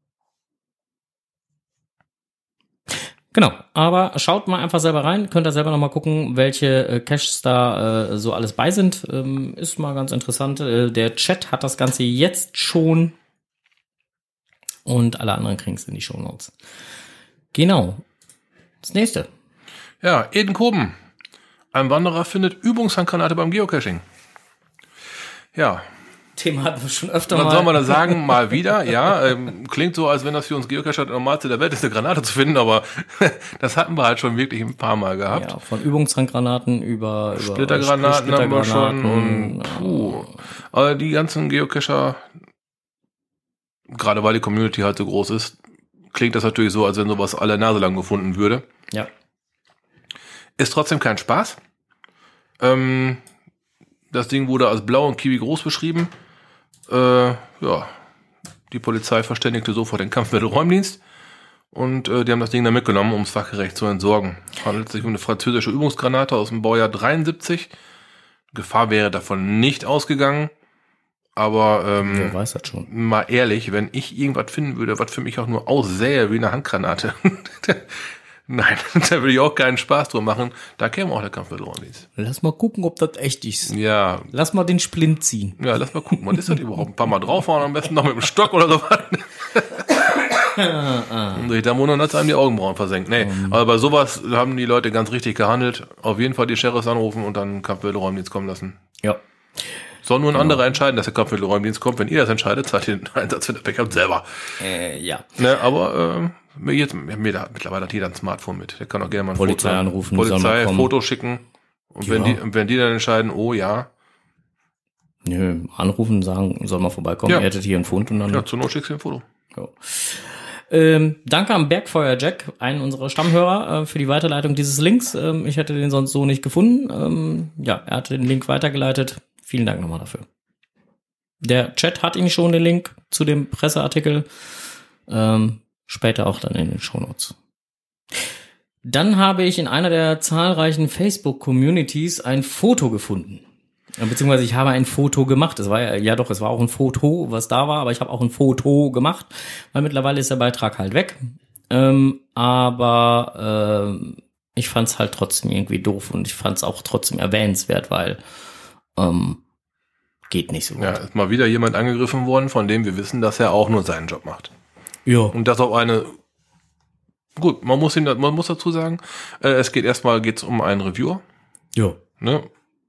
Genau, aber schaut mal einfach selber rein, könnt ihr selber nochmal gucken, welche äh, Caches da äh, so alles bei sind. Ähm, ist mal ganz interessant. Äh, der Chat hat das Ganze jetzt schon und alle anderen kriegen es in die Shownotes. Genau. Das nächste. Ja, Edenkoben. Ein Wanderer findet Übungshandgranate beim Geocaching. Ja, Thema hatten wir schon öfter Was mal. soll man da sagen? Mal wieder, ja. Ähm, klingt so, als wenn das für uns Geocacher das Normalste der Welt ist, eine Granate zu finden, aber das hatten wir halt schon wirklich ein paar Mal gehabt. Ja, von Übungshandgranaten über, über Splittergranaten haben wir schon und ja. puh. Aber die ganzen Geocacher, gerade weil die Community halt so groß ist, klingt das natürlich so, als wenn sowas alle Nase lang gefunden würde. Ja. Ist trotzdem kein Spaß. Ähm, das Ding wurde als blau und Kiwi groß beschrieben. Äh, ja, die Polizei verständigte sofort den Kampfmittelräumdienst und äh, die haben das Ding dann mitgenommen, um es fachgerecht zu entsorgen. Handelt sich um eine französische Übungsgranate aus dem Baujahr dreiundsiebzig. Gefahr wäre davon nicht ausgegangen, aber ähm, Wer weiß das schon. mal ehrlich, wenn ich irgendwas finden würde, was für mich auch nur aussähe wie eine Handgranate, nein, da würde ich auch keinen Spaß drum machen. Da käme auch der Kampfmittelräumdienst. Lass mal gucken, ob das echt ist. Ja, Lass mal den Splint ziehen. ja, lass mal gucken, was ist das überhaupt? Ein paar Mal draufhauen, am besten noch mit dem Stock oder so was. Und durch den Monat hat es einem die Augenbrauen versenkt. Nee, um. aber bei sowas haben die Leute ganz richtig gehandelt. Auf jeden Fall die Sheriffs anrufen und dann Kampfmittelräumdienst kommen lassen. Ja. Soll nur ein Genau. anderer entscheiden, dass der Kampfmittelräumdienst kommt. Wenn ihr das entscheidet, zahlt ihr den Einsatz für das Backup selber. Äh, ja. Ne, aber äh, mir jetzt, mir da, mittlerweile hat jeder ein Smartphone mit. Der kann auch gerne mal ein Polizei Foto, anrufen, die soll mal Polizei, kommen. Foto schicken. Und Ja. wenn die, wenn die dann entscheiden, oh ja, Nö, anrufen, sagen, soll mal vorbeikommen, Ja. ihr hättet hier einen Fund und dann. ja, zur Not schickst du ein Foto. Ja. Ähm, danke am Bergfeuer Jack, einen unserer Stammhörer, äh, für die Weiterleitung dieses Links. Ähm, ich hätte den sonst so nicht gefunden. Ähm, ja, er hat den Link weitergeleitet. Vielen Dank nochmal dafür. Der Chat hat ihm schon den Link zu dem Presseartikel. Ähm, später auch dann in den Shownotes. Dann habe ich in einer der zahlreichen Facebook-Communities ein Foto gefunden. Ja, beziehungsweise ich habe ein Foto gemacht. Es war ja, ja doch, es war auch ein Foto, was da war, aber ich habe auch ein Foto gemacht, weil mittlerweile ist der Beitrag halt weg. Ähm, aber ähm, ich fand es halt trotzdem irgendwie doof und ich fand es auch trotzdem erwähnenswert, weil ähm, geht nicht so gut. Ja, ist mal wieder jemand angegriffen worden, von dem wir wissen, dass er auch nur seinen Job macht. Ja. Und das auf eine, gut, man muss ihn, man muss dazu sagen, äh, es geht erstmal, geht's um einen Reviewer, Ja. ne?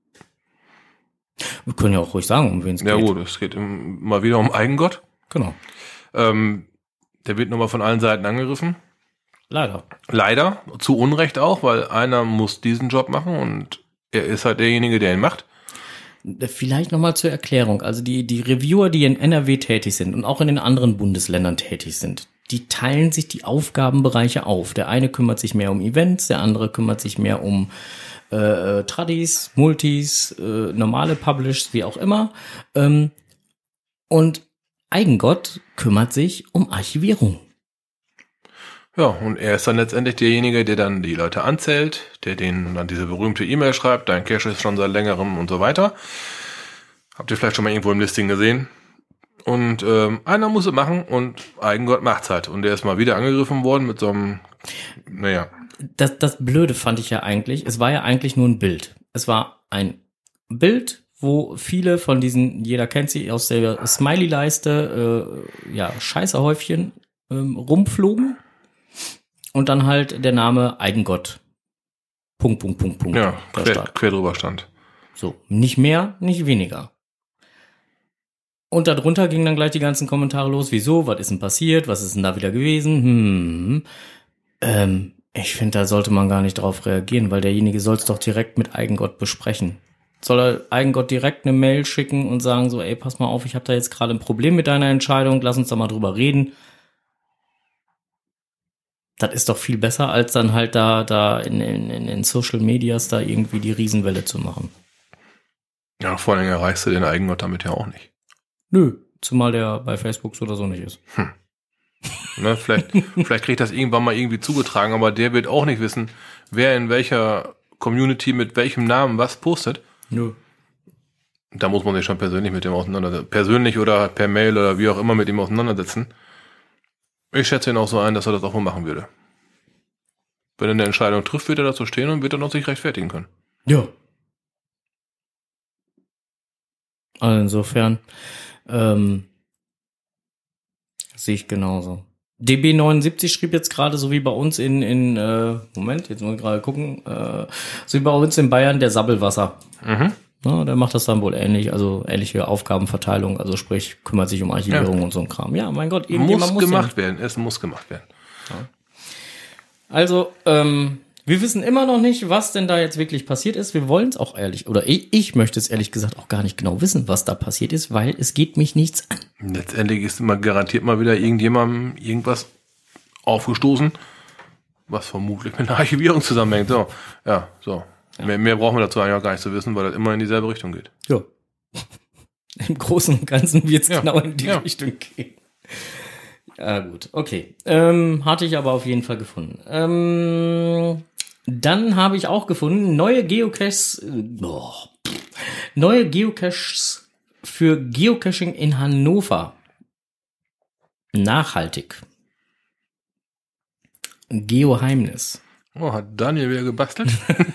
Wir können ja auch ruhig sagen, um wen es Ja geht. gut, es geht im, mal wieder um Eigengott. Genau. Ähm, der wird nochmal von allen Seiten angegriffen. Leider. Leider, zu Unrecht auch, weil einer muss diesen Job machen und er ist halt derjenige, der ihn macht. Vielleicht nochmal zur Erklärung. Also die, die Reviewer, die in N R W tätig sind und auch in den anderen Bundesländern tätig sind, die teilen sich die Aufgabenbereiche auf. Der eine kümmert sich mehr um Events, der andere kümmert sich mehr um äh, Tradis, Multis, äh, normale Publishs, wie auch immer. Ähm, und Eigengott kümmert sich um Archivierung. Ja, und er ist dann letztendlich derjenige, der dann die Leute anzählt, der denen dann diese berühmte E-Mail schreibt, dein Cache ist schon seit längerem und so weiter. Habt ihr vielleicht schon mal irgendwo im Listing gesehen. Und ähm, einer muss es machen und Eigengott macht's halt. Und der ist mal wieder angegriffen worden mit so einem, naja. Das, das Blöde fand ich ja eigentlich, es war ja eigentlich nur ein Bild. Es war ein Bild, wo viele von diesen, jeder kennt sie aus der Smiley-Leiste, äh, ja, Scheißerhäufchen ähm, rumflogen. Und dann halt der Name Eigengott. Punkt, Punkt, Punkt, Punkt. Ja, Da quer, stand. quer drüber stand. So, nicht mehr, nicht weniger. Und darunter gingen dann gleich die ganzen Kommentare los. Wieso? Was ist denn passiert? Was ist denn da wieder gewesen? Hm. Ähm, ich finde, da sollte man gar nicht drauf reagieren, weil derjenige soll es doch direkt mit Eigengott besprechen. Soll er Eigengott direkt eine Mail schicken und sagen so, ey, pass mal auf, ich habe da jetzt gerade ein Problem mit deiner Entscheidung, lass uns da mal drüber reden. Das ist doch viel besser, als dann halt da, da in, in, in Social Medias da irgendwie die Riesenwelle zu machen. Ja, vor allem erreichst du den Eigengott damit ja auch nicht. Nö, zumal der bei Facebook so oder so nicht ist. Ne, vielleicht, vielleicht kriegt das irgendwann mal irgendwie zugetragen, aber der wird auch nicht wissen, wer in welcher Community mit welchem Namen was postet. Nö. Da muss man sich schon persönlich mit dem auseinandersetzen. Persönlich oder per Mail oder wie auch immer mit ihm auseinandersetzen. Ich schätze ihn auch so ein, dass er das auch mal machen würde. Wenn er eine Entscheidung trifft, wird er dazu stehen und wird er noch sich rechtfertigen können. Ja. Also insofern ähm, sehe ich genauso. D B neunundsiebzig schrieb jetzt gerade, so wie bei uns in, in äh, Moment, jetzt muss ich gerade gucken, äh, so wie bei uns in Bayern der Sabbelwasser. Mhm. Na, der macht das dann wohl ähnlich, also ähnliche Aufgabenverteilung, also sprich, kümmert sich um Archivierung ja. und so ein Kram. Ja, mein Gott, irgendjemand muss muss gemacht ja. werden, es muss gemacht werden. Ja. Also, ähm, wir wissen immer noch nicht, was denn da jetzt wirklich passiert ist. Wir wollen es auch ehrlich, oder ich, ich möchte es ehrlich gesagt auch gar nicht genau wissen, was da passiert ist, weil es geht mich nichts an. Letztendlich ist immer garantiert mal wieder irgendjemandem irgendwas aufgestoßen, was vermutlich mit einer Archivierung zusammenhängt. So, ja, so. Ja. Mehr, mehr brauchen wir dazu eigentlich auch gar nicht zu wissen, weil das immer in dieselbe Richtung geht. Ja. Im Großen und Ganzen wird es ja. genau in die ja. Richtung gehen. Ja, gut, okay. Ähm, hatte ich aber auf jeden Fall gefunden. Ähm, dann habe ich auch gefunden, neue Geocaches, oh, neue Geocaches für Geocaching in Hannover. Nachhaltig. Geoheimnis. Oh, hat Daniel wieder gebastelt?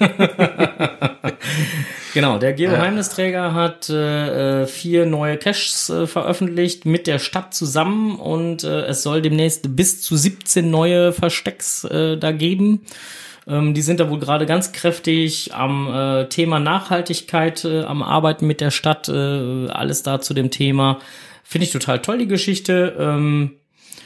Genau, der Geoheimnisträger hat äh, vier neue Caches äh, veröffentlicht mit der Stadt zusammen und äh, es soll demnächst bis zu siebzehn neue Verstecks äh, da geben. Ähm, die sind da wohl gerade ganz kräftig am äh, Thema Nachhaltigkeit, äh, am Arbeiten mit der Stadt, äh, alles da zu dem Thema. Finde ich total toll, die Geschichte. Ähm,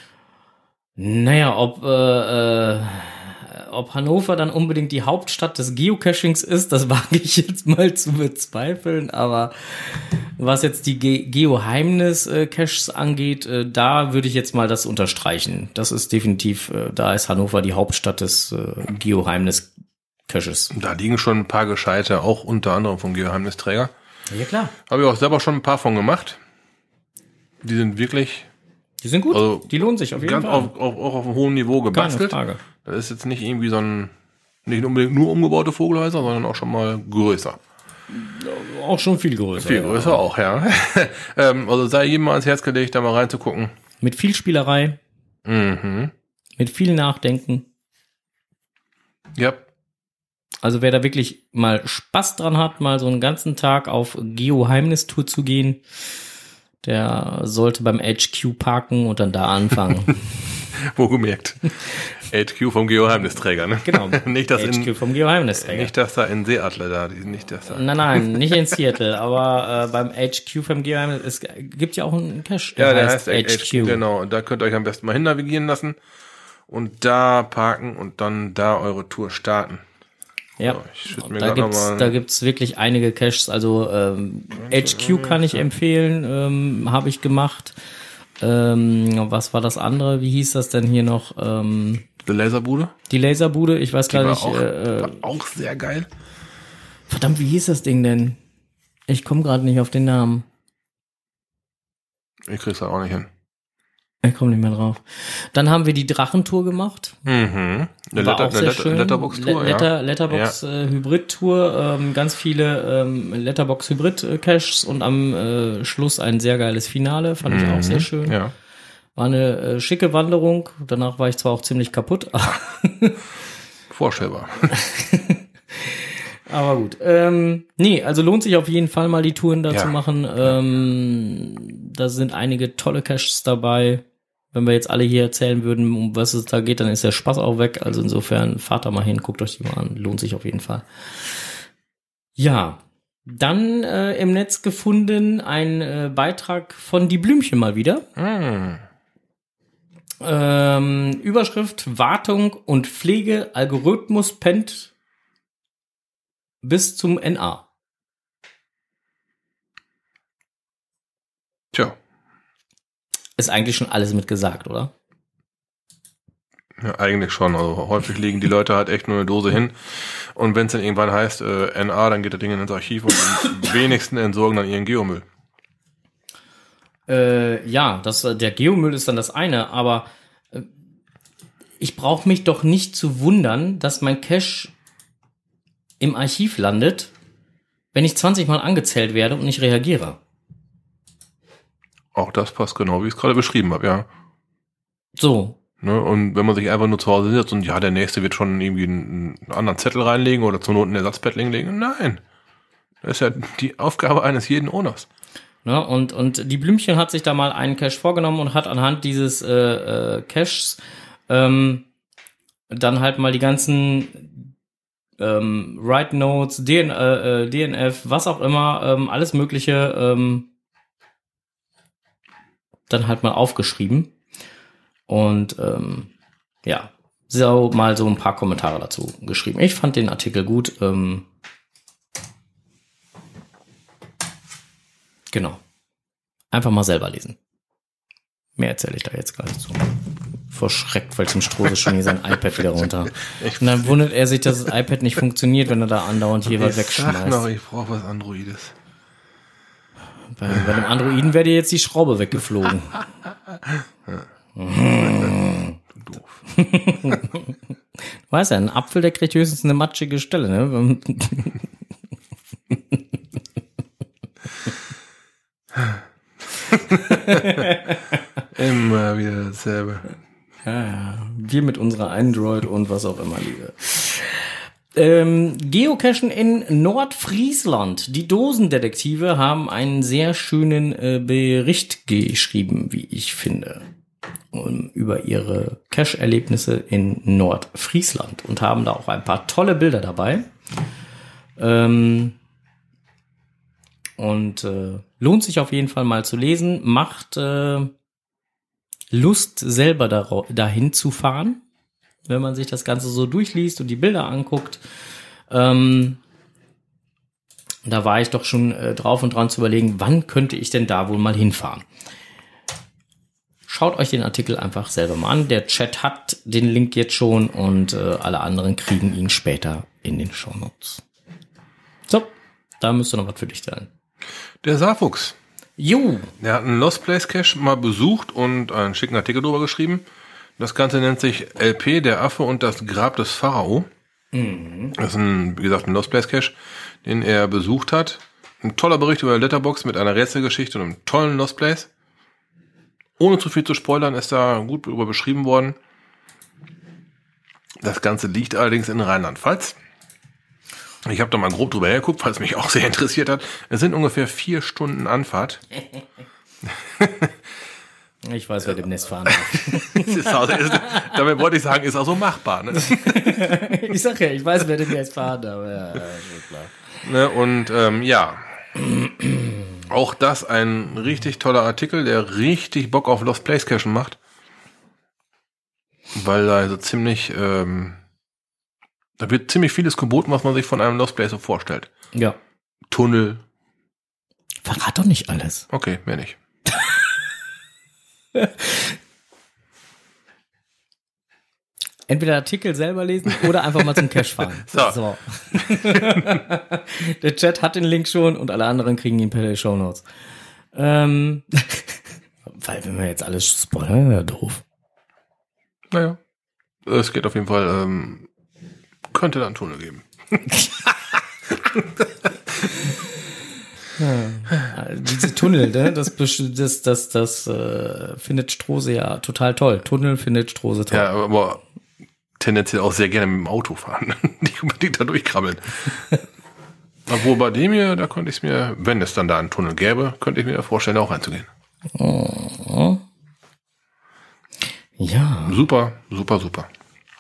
naja, ob äh, äh, ob Hannover dann unbedingt die Hauptstadt des Geocachings ist, das wage ich jetzt mal zu bezweifeln, aber was jetzt die Ge- Geoheimnis-Caches angeht, äh, da würde ich jetzt mal das unterstreichen. Das ist definitiv, äh, da ist Hannover die Hauptstadt des äh, Geoheimnis-Caches. Da liegen schon ein paar Gescheite, auch unter anderem vom Geoheimnisträger. Ja, klar. Habe ich auch selber schon ein paar von gemacht. Die sind wirklich... Die sind gut, also die lohnen sich auf jeden ganz Fall. Auf, auf, auch auf einem hohen Niveau gebastelt. Keine Frage. Das ist jetzt nicht irgendwie so ein, nicht unbedingt nur umgebaute Vogelhäuser, sondern auch schon mal größer. Auch schon viel größer. Viel größer ja. auch, ja. ähm, also sei jedem mal ans Herz gelegt, da mal reinzugucken. Mit viel Spielerei. Mhm. Mit viel Nachdenken. Ja. Also wer da wirklich mal Spaß dran hat, mal so einen ganzen Tag auf Geoheimnistour zu gehen, der sollte beim H Q parken und dann da anfangen. Wohlgemerkt. H Q vom Geoheimnisträger, ne? Genau. nicht das H Q in, vom Geoheimnisträger. Nicht, dass da in Seattle da, nicht das da. Nein, nein, nicht in Seattle, aber äh, beim H Q vom Geoheimnis, es gibt ja auch einen Cache, der, ja, der heißt, heißt H Q. Genau, und da könnt ihr euch am besten mal hin navigieren lassen und da parken und dann da eure Tour starten. Ja, so, da gibt's, da gibt's wirklich einige Caches, also ähm, H Q kann ich empfehlen, ähm, habe ich gemacht. Ähm, was war das andere? Wie hieß das denn hier noch? Ähm, Die Laserbude? Die Laserbude, ich weiß die gar war nicht. Auch, äh, war auch sehr geil. Verdammt, wie hieß das Ding denn? Ich komme gerade nicht auf den Namen. Ich krieg's halt auch nicht hin. Ich komme nicht mehr drauf. Dann haben wir die Drachentour gemacht. Mhm. Eine, War Letter, auch sehr eine schön. Letterbox-Tour, Letter, ja. Letterbox ja. äh, Hybrid-Tour, ähm, ganz viele ähm, Letterbox Hybrid-Caches und am äh, Schluss ein sehr geiles Finale, fand mhm. ich auch sehr schön. Ja. War eine äh, schicke Wanderung, danach war ich zwar auch ziemlich kaputt. Vorstellbar. Aber gut. Ähm, nee, also lohnt sich auf jeden Fall mal die Touren da ja. zu machen. Ähm, da sind einige tolle Caches dabei. Wenn wir jetzt alle hier erzählen würden, um was es da geht, dann ist der Spaß auch weg. Also insofern fahrt da mal hin, guckt euch die mal an. Lohnt sich auf jeden Fall. Ja, dann äh, im Netz gefunden ein äh, Beitrag von Die Blümchen mal wieder. Mm. Ähm, Überschrift: Wartung und Pflege Algorithmus pennt bis zum N A. Tja. Ist eigentlich schon alles mit gesagt, oder? Ja, eigentlich schon. Also häufig legen die Leute halt echt nur eine Dose hin. Und wenn es dann irgendwann heißt äh, N A, dann geht das Ding ins Archiv und die wenigsten entsorgen dann ihren Geomüll. Äh, ja, das, der Geomüll ist dann das eine, aber äh, ich brauche mich doch nicht zu wundern, dass mein Cache im Archiv landet, wenn ich zwanzig Mal angezählt werde und nicht reagiere. Auch das passt genau, wie ich es gerade beschrieben habe, ja. So. Ne, und wenn man sich einfach nur zu Hause sitzt und ja, der Nächste wird schon irgendwie einen, einen anderen Zettel reinlegen oder zur Not ein Ersatzbett legen, nein. Das ist ja die Aufgabe eines jeden Owners. Ne, und, und die Blümchen hat sich da mal einen Cache vorgenommen und hat anhand dieses äh, äh, Caches ähm, dann halt mal die ganzen ähm, Write Notes, D N, äh, D N F, was auch immer, ähm, alles Mögliche, ähm, dann halt mal aufgeschrieben. Und ähm, ja, so mal so ein paar Kommentare dazu geschrieben. Ich fand den Artikel gut. Ähm, genau. Einfach mal selber lesen. Mehr erzähle ich da jetzt gar nicht so. Vor Schreck fällt zum Strose schon hier sein iPad wieder runter. Und dann wundert er sich, dass das iPad nicht funktioniert, wenn er da andauernd hier was wegschmeißt. Sag noch, ich brauche was Androides. Bei, bei dem Androiden wäre dir jetzt die Schraube weggeflogen. Du doof. Weißt ja, ein Apfel, der kriegt höchstens eine matschige Stelle, ne? Immer wieder dasselbe. Ja, ja. Wir mit unserer Android und was auch immer, liebe. Ähm, Geocachen in Nordfriesland. Die Dosendetektive haben einen sehr schönen äh, Bericht geschrieben, wie ich finde, um, über ihre Cache-Erlebnisse in Nordfriesland und haben da auch ein paar tolle Bilder dabei. Ähm, und äh, lohnt sich auf jeden Fall mal zu lesen. Macht äh, Lust, selber da, dahin zu fahren, wenn man sich das Ganze so durchliest und die Bilder anguckt. Ähm, da war ich doch schon äh, drauf und dran zu überlegen, wann könnte ich denn da wohl mal hinfahren. Schaut euch den Artikel einfach selber mal an. Der Chat hat den Link jetzt schon und äh, alle anderen kriegen ihn später in den Shownotes. So, da müsste noch was für dich sein. Der Saarfuchs. Jo. Der hat einen Lost Place Cache mal besucht und einen schicken Artikel drüber geschrieben. Das Ganze nennt sich L P, der Affe und das Grab des Pharao. Mhm. Das ist ein, wie gesagt, ein Lost Place Cache, den er besucht hat. Ein toller Bericht über Letterboxd mit einer Rätselgeschichte und einem tollen Lost Place. Ohne zu viel zu spoilern, ist da gut darüber beschrieben worden. Das Ganze liegt allerdings in Rheinland-Pfalz. Ich habe da mal grob drüber hergeguckt, weil es mich auch sehr interessiert hat. Es sind ungefähr vier Stunden Anfahrt. Ich weiß, wer demnächst fahren darf. ist auch, ist, damit wollte ich sagen, ist auch so machbar. Ne? Ich sag ja, ich weiß, wer demnächst fahren darf. Ja, schon klar. Ne, und ähm, ja, auch das ein richtig toller Artikel, der richtig Bock auf Lost Place Cachen macht. Weil da also ziemlich... Ähm, Da wird ziemlich vieles geboten, was man sich von einem Lost Place so vorstellt. Ja. Tunnel. Verrat doch nicht alles. Okay, mehr nicht. Entweder Artikel selber lesen oder einfach mal zum Cache fahren. So. so. Der Chat hat den Link schon und alle anderen kriegen ihn per Shownotes. Ähm, weil wenn wir jetzt alles spoilern, wäre doof. Naja. Es geht auf jeden Fall... Ähm, könnte da einen Tunnel geben. Ja, diese Tunnel, ne? das, das, das, das äh, findet Strose ja total toll. Tunnel findet Strose toll. Ja, aber tendenziell auch sehr gerne mit dem Auto fahren. Nicht unbedingt da durchkrabbeln. Obwohl bei dem hier, da könnte ich es mir, wenn es dann da einen Tunnel gäbe, könnte ich mir vorstellen, da auch reinzugehen. Oh. Ja. Super, super, super.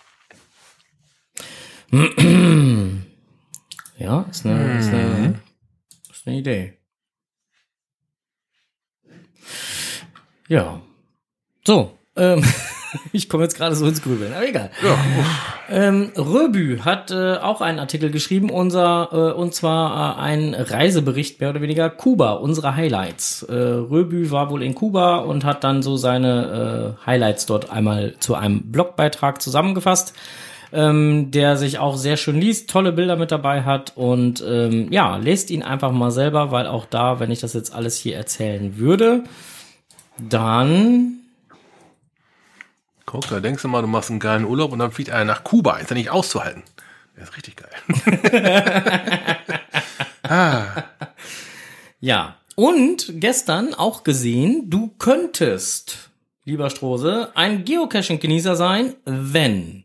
Ja, ist eine, ist eine, ist eine Idee. Ja. So, ähm, ich komme jetzt gerade so ins Grübeln, aber egal. Ja. Ähm, Röbü hat äh, auch einen Artikel geschrieben, unser äh, und zwar äh, ein Reisebericht mehr oder weniger Kuba, unsere Highlights. Äh, Röbü war wohl in Kuba und hat dann so seine äh, Highlights dort einmal zu einem Blogbeitrag zusammengefasst. Ähm, der sich auch sehr schön liest, tolle Bilder mit dabei hat und ähm, ja, lest ihn einfach mal selber, weil auch da, wenn ich das jetzt alles hier erzählen würde, dann... Guck, da denkst du mal, du machst einen geilen Urlaub und dann fliegt einer nach Kuba, ist ja nicht auszuhalten. Das ist richtig geil. ah. Ja, und gestern auch gesehen, du könntest, lieber Strose, ein Geocaching-Genießer sein, wenn...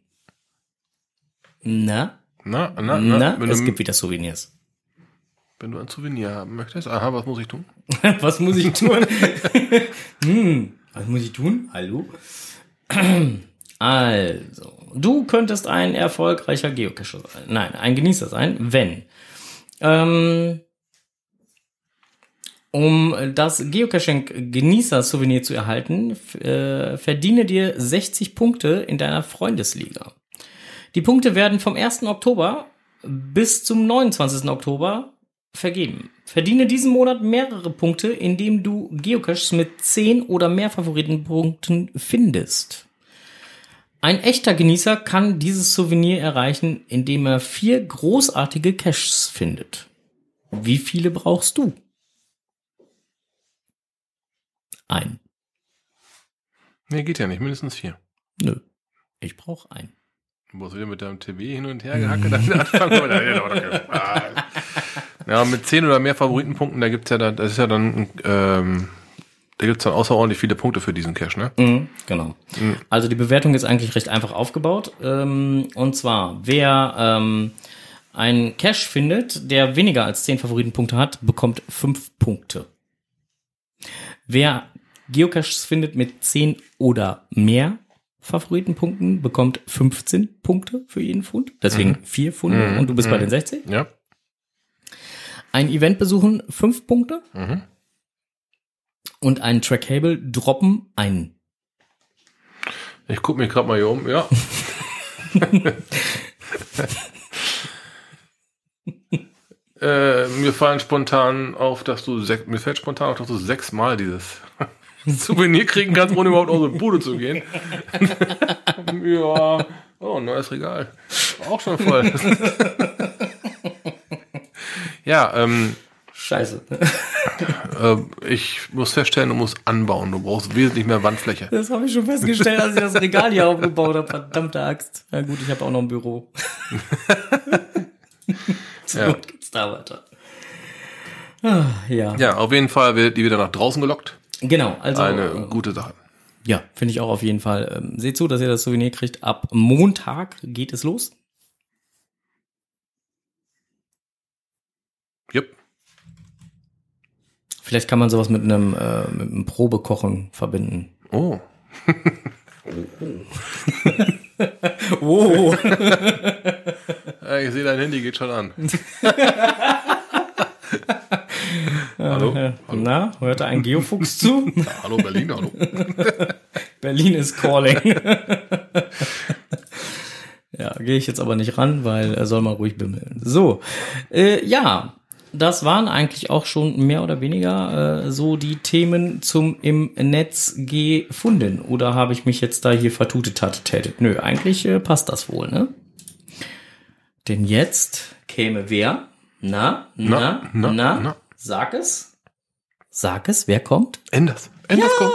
Na? Na, na, na. Na, wenn es du, gibt wieder Souvenirs. Wenn du ein Souvenir haben möchtest, aha, was muss ich tun? Was muss ich tun? hm, was muss ich tun? Hallo? Also, Du könntest ein erfolgreicher Geocacher sein. Nein, ein Genießer sein, wenn. Ähm, um das Geocaching-Genießer-Souvenir zu erhalten, f- äh, verdiene dir sechzig Punkte in deiner Freundesliga. Die Punkte werden vom ersten Oktober bis zum neunundzwanzigsten Oktober vergeben. Verdiene diesen Monat mehrere Punkte, indem du Geocaches mit zehn oder mehr Favoritenpunkten findest. Ein echter Genießer kann dieses Souvenir erreichen, indem er vier großartige Caches findet. Wie viele brauchst du? Ein. Nee, geht ja nicht. Mindestens vier. Nö. Ich brauche einen. Du musst wieder mit deinem T V hin und her gehacke dann anfangen. Oder? Ja, mit zehn oder mehr Favoritenpunkten, da gibt's ja dann, das ist ja dann, ähm, da gibt's dann außerordentlich viele Punkte für diesen Cache, ne? Mhm, genau. Mhm. Also die Bewertung ist eigentlich recht einfach aufgebaut. Ähm, und zwar, wer ähm, einen Cache findet, der weniger als zehn Favoritenpunkte hat, bekommt fünf Punkte. Wer Geocaches findet mit zehn oder mehr Favoritenpunkten, bekommt fünfzehn Punkte für jeden Fund. Deswegen Mhm. vier Funde Mhm. und du bist bei Mhm. den sechzig. Ja. Ein Event besuchen, fünf Punkte. Mhm. Und ein Trackable droppen, einen. Ich guck mir gerade mal hier um, ja. äh, mir fallen spontan auf, dass du sech, mir fällt spontan auf, dass du sechsmal dieses Souvenir kriegen kannst, ohne überhaupt aus der Bude zu gehen. Ja. Oh, neues Regal. Auch schon voll. Ja, ähm, Scheiße. äh, ich muss feststellen, du musst anbauen. Du brauchst wesentlich mehr Wandfläche. Das habe ich schon festgestellt, als ich das Regal hier aufgebaut habe. Verdammte Axt. Na gut, ich habe auch noch ein Büro. So Ja. gut geht's da weiter. Ah, ja. Ja, auf jeden Fall wird die wieder nach draußen gelockt. Genau, also Eine äh, gute Sache. ja, finde ich auch auf jeden Fall. Ähm, seht zu, dass ihr das Souvenir kriegt. Ab Montag geht es los. Yep. Vielleicht kann man sowas mit einem, äh, mit einem Probekochen verbinden. Oh. Oh. Ja, ich sehe, dein Handy geht schon an. Hallo? Äh, Na, hört da ein Geofuchs zu? Ja, hallo Berlin, hallo. Berlin is calling. Ja, gehe ich jetzt aber nicht ran, weil er soll mal ruhig bimmeln. So, äh, ja, das waren eigentlich auch schon mehr oder weniger äh, so die Themen zum im Netz gefunden. Oder habe ich mich jetzt da hier vertutet hat, tätet? Nö, eigentlich äh, passt das wohl, ne? Denn jetzt käme wer? Na, na, na, Na, na, na. Sag es. Sag es, wer kommt? Enders. Enders kommt.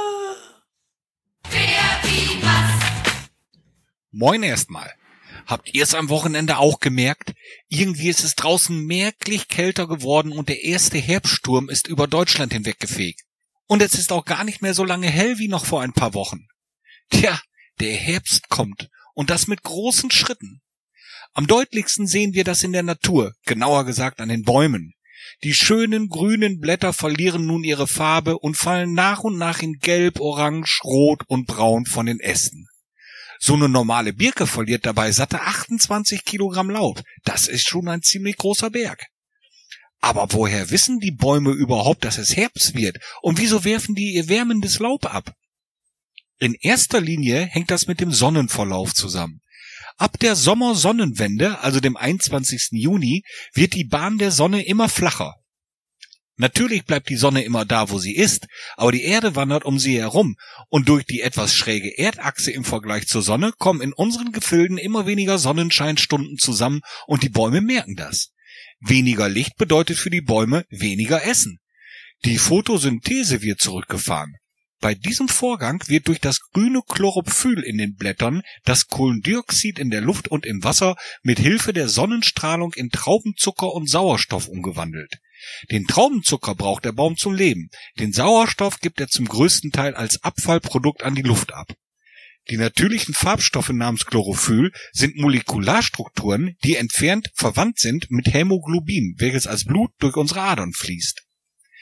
Moin erstmal. Habt ihr es am Wochenende auch gemerkt? Irgendwie ist es draußen merklich kälter geworden und der erste Herbststurm ist über Deutschland hinweggefegt. Und es ist auch gar nicht mehr so lange hell wie noch vor ein paar Wochen. Tja, der Herbst kommt und das mit großen Schritten. Am deutlichsten sehen wir das in der Natur, genauer gesagt an den Bäumen. Die schönen grünen Blätter verlieren nun ihre Farbe und fallen nach und nach in Gelb, Orange, Rot und Braun von den Ästen. So eine normale Birke verliert dabei satte achtundzwanzig Kilogramm Laub. Das ist schon ein ziemlich großer Berg. Aber woher wissen die Bäume überhaupt, dass es Herbst wird? Und wieso werfen die ihr wärmendes Laub ab? In erster Linie hängt das mit dem Sonnenverlauf zusammen. Ab der Sommersonnenwende, also dem einundzwanzigsten Juni, wird die Bahn der Sonne immer flacher. Natürlich bleibt die Sonne immer da, wo sie ist, aber die Erde wandert um sie herum und durch die etwas schräge Erdachse im Vergleich zur Sonne kommen in unseren Gefilden immer weniger Sonnenscheinstunden zusammen und die Bäume merken das. Weniger Licht bedeutet für die Bäume weniger Essen. Die Photosynthese wird zurückgefahren. Bei diesem Vorgang wird durch das grüne Chlorophyll in den Blättern das Kohlendioxid in der Luft und im Wasser mit Hilfe der Sonnenstrahlung in Traubenzucker und Sauerstoff umgewandelt. Den Traubenzucker braucht der Baum zum Leben. Den Sauerstoff gibt er zum größten Teil als Abfallprodukt an die Luft ab. Die natürlichen Farbstoffe namens Chlorophyll sind Molekularstrukturen, die entfernt verwandt sind mit Hämoglobin, welches als Blut durch unsere Adern fließt.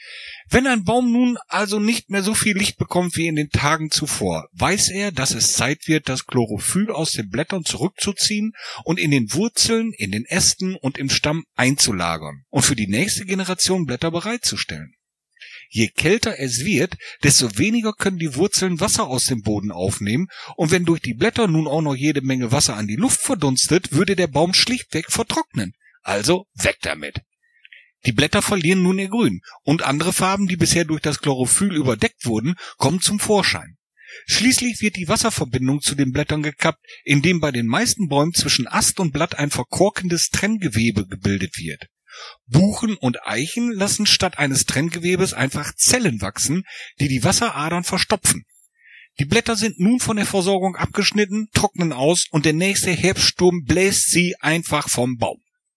Wenn ein Baum nun also nicht mehr so viel Licht bekommt wie in den Tagen zuvor, weiß er, dass es Zeit wird, das Chlorophyll aus den Blättern zurückzuziehen und in den Wurzeln, in den Ästen und im Stamm einzulagern und für die nächste Generation Blätter bereitzustellen. Je kälter es wird, desto weniger können die Wurzeln Wasser aus dem Boden aufnehmen, und wenn durch die Blätter nun auch noch jede Menge Wasser an die Luft verdunstet, würde der Baum schlichtweg vertrocknen. Also weg damit. Die Blätter verlieren nun ihr Grün, und andere Farben, die bisher durch das Chlorophyll überdeckt wurden, kommen zum Vorschein. Schließlich wird die Wasserverbindung zu den Blättern gekappt, indem bei den meisten Bäumen zwischen Ast und Blatt ein verkorkendes Trenngewebe gebildet wird. Buchen und Eichen lassen statt eines Trenngewebes einfach Zellen wachsen, die die Wasseradern verstopfen. Die Blätter sind nun von der Versorgung abgeschnitten, trocknen aus, und der nächste Herbststurm bläst sie einfach vom Baum.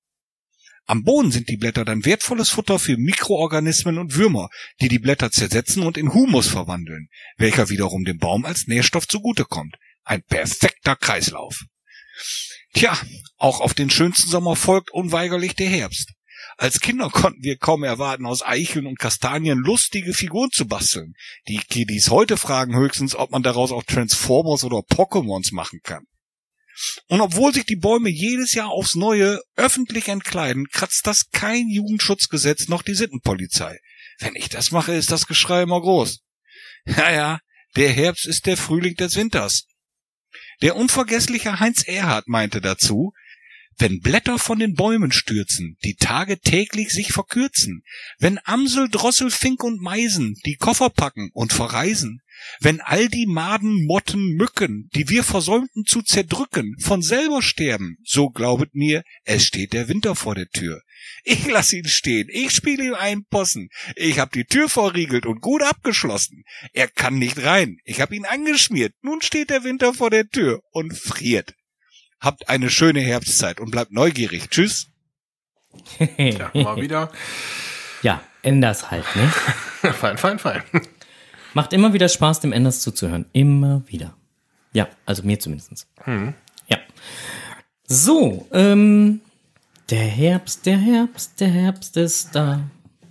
Am Boden sind die Blätter dann wertvolles Futter für Mikroorganismen und Würmer, die die Blätter zersetzen und in Humus verwandeln, welcher wiederum dem Baum als Nährstoff zugutekommt. Ein perfekter Kreislauf. Tja, auch auf den schönsten Sommer folgt unweigerlich der Herbst. Als Kinder konnten wir kaum erwarten, aus Eicheln und Kastanien lustige Figuren zu basteln. Die Kiddies heute fragen höchstens, ob man daraus auch Transformers oder Pokémons machen kann. Und obwohl sich die Bäume jedes Jahr aufs Neue öffentlich entkleiden, kratzt das kein Jugendschutzgesetz noch die Sittenpolizei. Wenn ich das mache, ist das Geschrei immer groß. Ja, ja, der Herbst ist der Frühling des Winters. Der unvergessliche Heinz Erhardt meinte dazu: Wenn Blätter von den Bäumen stürzen, die Tage täglich sich verkürzen, wenn Amsel, Drossel, Fink und Meisen die Koffer packen und verreisen, wenn all die Maden, Motten, Mücken, die wir versäumten zu zerdrücken, von selber sterben, so glaubet mir, es steht der Winter vor der Tür. Ich lass ihn stehen, ich spiele ihm einen Possen, ich hab die Tür verriegelt und gut abgeschlossen. Er kann nicht rein, ich hab ihn angeschmiert, nun steht der Winter vor der Tür und friert. Habt eine schöne Herbstzeit und bleibt neugierig. Tschüss. Ja, mal wieder. Ja, Enders halt, ne? Fein, fein, fein. Macht immer wieder Spaß, dem Enders zuzuhören. Immer wieder. Ja, also mir zumindest. Hm. Ja. So, ähm, der Herbst, der Herbst, der Herbst ist da.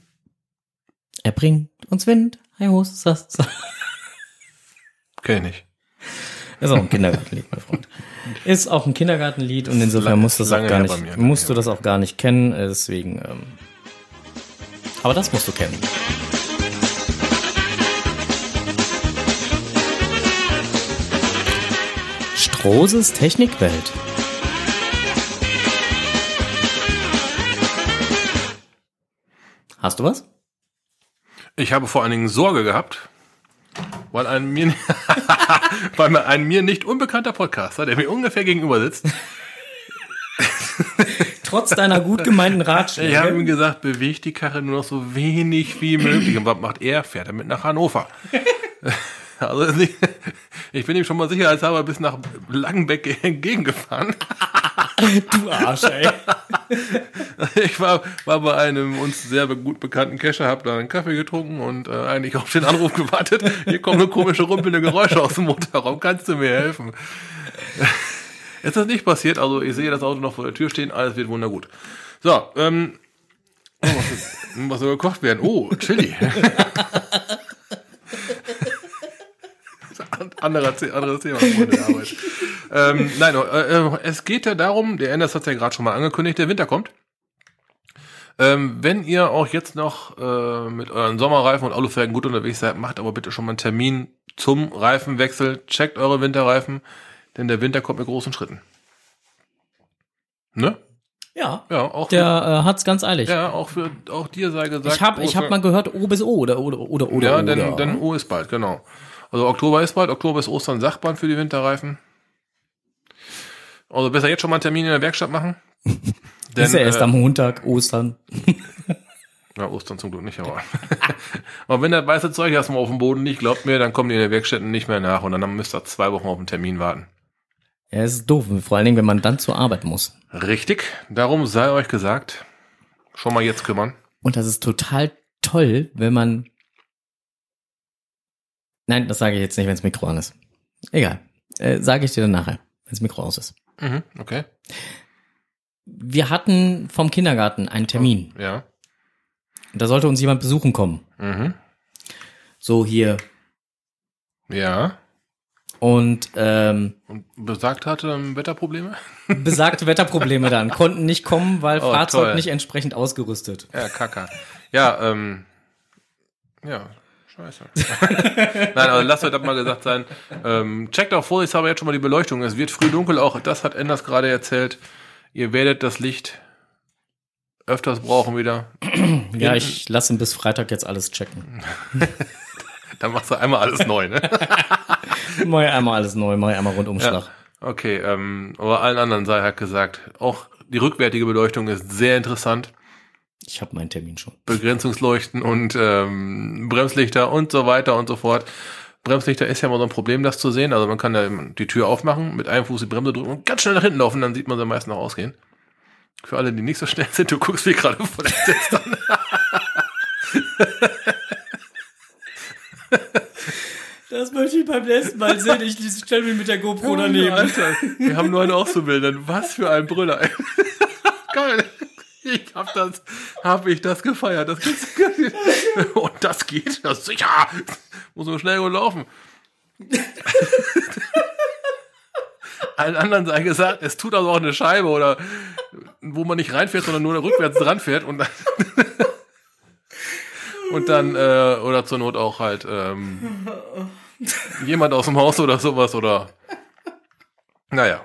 Er bringt uns Wind. Hi, ho, sa, sa. Kenn ich nicht. Ist auch ein Kindergartenlied, mein Freund. Ist auch ein Kindergartenlied, und insofern musst du das auch gar nicht, mir, musst du das auch gar nicht kennen, deswegen, ähm, aber das musst du kennen. Strohses Technikwelt. Hast du was? Ich habe vor allen Dingen Sorge gehabt, weil ein mir, weil mir ein mir nicht unbekannter Podcaster, der mir ungefähr gegenüber sitzt, trotz deiner gut gemeinten Ratschläge. Ich habe ihm gesagt, bewegt die Karre nur noch so wenig wie möglich. Und was macht er? Fährt er mit nach Hannover. Also ich bin ihm schon mal sicherheitshalber bis nach Langenbeck entgegengefahren. Du Arsch, ey. Ich war, war bei einem uns sehr gut bekannten Kescher, habe da einen Kaffee getrunken und äh, eigentlich auf den Anruf gewartet. Hier kommen nur komische, rumpelnde Geräusche aus dem Motorraum. Kannst du mir helfen? Ist das nicht passiert? Also ich sehe das Auto noch vor der Tür stehen. Alles wird wundergut. So, ähm, oh, was, ist, was soll gekocht werden? Oh, Chili. Anderer, anderes Thema, Freunde der Arbeit. ähm, nein, äh, es geht ja darum, der Enders hat es ja gerade schon mal angekündigt, der Winter kommt. Ähm, wenn ihr auch jetzt noch äh, mit euren Sommerreifen und Alufelgen gut unterwegs seid, macht aber bitte schon mal einen Termin zum Reifenwechsel. Checkt eure Winterreifen, denn der Winter kommt mit großen Schritten. Ne? Ja, ja auch der äh, hat's ganz eilig. Ja, auch für auch dir sei gesagt. Ich habe ich hab mal gehört, O bis O oder oder oder oder. Ja, oder, denn, oder. denn O ist bald, genau. Also Oktober ist bald, Oktober ist Ostern, sagt man für die Winterreifen. Also besser jetzt schon mal einen Termin in der Werkstatt machen. Denn, ist ja erst äh, am Montag, Ostern. Ja, Ostern zum Glück nicht, aber. Aber wenn das weiße Zeug erstmal auf dem Boden liegt, glaubt mir, dann kommen die in der Werkstatt nicht mehr nach und dann müsst ihr zwei Wochen auf einen Termin warten. Ja, es ist doof, vor allen Dingen, wenn man dann zur Arbeit muss. Richtig, darum sei euch gesagt, schon mal jetzt kümmern. Und das ist total toll, wenn man... Nein, das sage ich jetzt nicht, wenn das Mikro an ist. Egal, äh, sage ich dir dann nachher, wenn das Mikro aus ist. Mhm, okay. Wir hatten vom Kindergarten einen Termin. Ja. Da sollte uns jemand besuchen kommen. Mhm. So hier. Ja. Und ähm, Und besagt hatte ähm, Wetterprobleme? besagte Wetterprobleme dann. Konnten nicht kommen, weil Oh, Fahrzeug toll. nicht entsprechend ausgerüstet. Ja, Kacke. Ja, ähm, ja, scheiße. Nein, aber lasst euch das mal gesagt sein. Ähm, checkt auch vorsichtshalber jetzt schon mal die Beleuchtung. Es wird früh dunkel, auch das hat Enders gerade erzählt. Ihr werdet das Licht öfters brauchen wieder. Ja, ich lasse ihn bis Freitag jetzt alles checken. Dann machst du einmal alles neu, ne? Mach ich einmal alles neu, mach ich einmal Rundumschlag. Ja. Okay, ähm, aber allen anderen sei halt gesagt, auch die rückwärtige Beleuchtung ist sehr interessant. Ich habe meinen Termin schon. Begrenzungsleuchten und ähm, Bremslichter und so weiter und so fort. Bremslichter ist ja immer so ein Problem, das zu sehen. Also man kann da die Tür aufmachen, mit einem Fuß die Bremse drücken und ganz schnell nach hinten laufen, dann sieht man sie meist noch ausgehen. Für alle, die nicht so schnell sind, du guckst mich gerade voll entsetzt an. Das möchte ich beim nächsten Mal sehen. Ich stelle mich mit der GoPro daneben. Alter, wir haben nur einen Auszubildenden. Was für ein Brüller. Geil. Ich hab das, hab ich das gefeiert. Das gibt's, und das geht, das ist sicher. Muss nur schnell laufen. Allen anderen sei gesagt, es tut also auch eine Scheibe oder wo man nicht reinfährt, sondern nur rückwärts dran fährt und dann, und dann äh, oder zur Not auch halt ähm, jemand aus dem Haus oder sowas oder naja.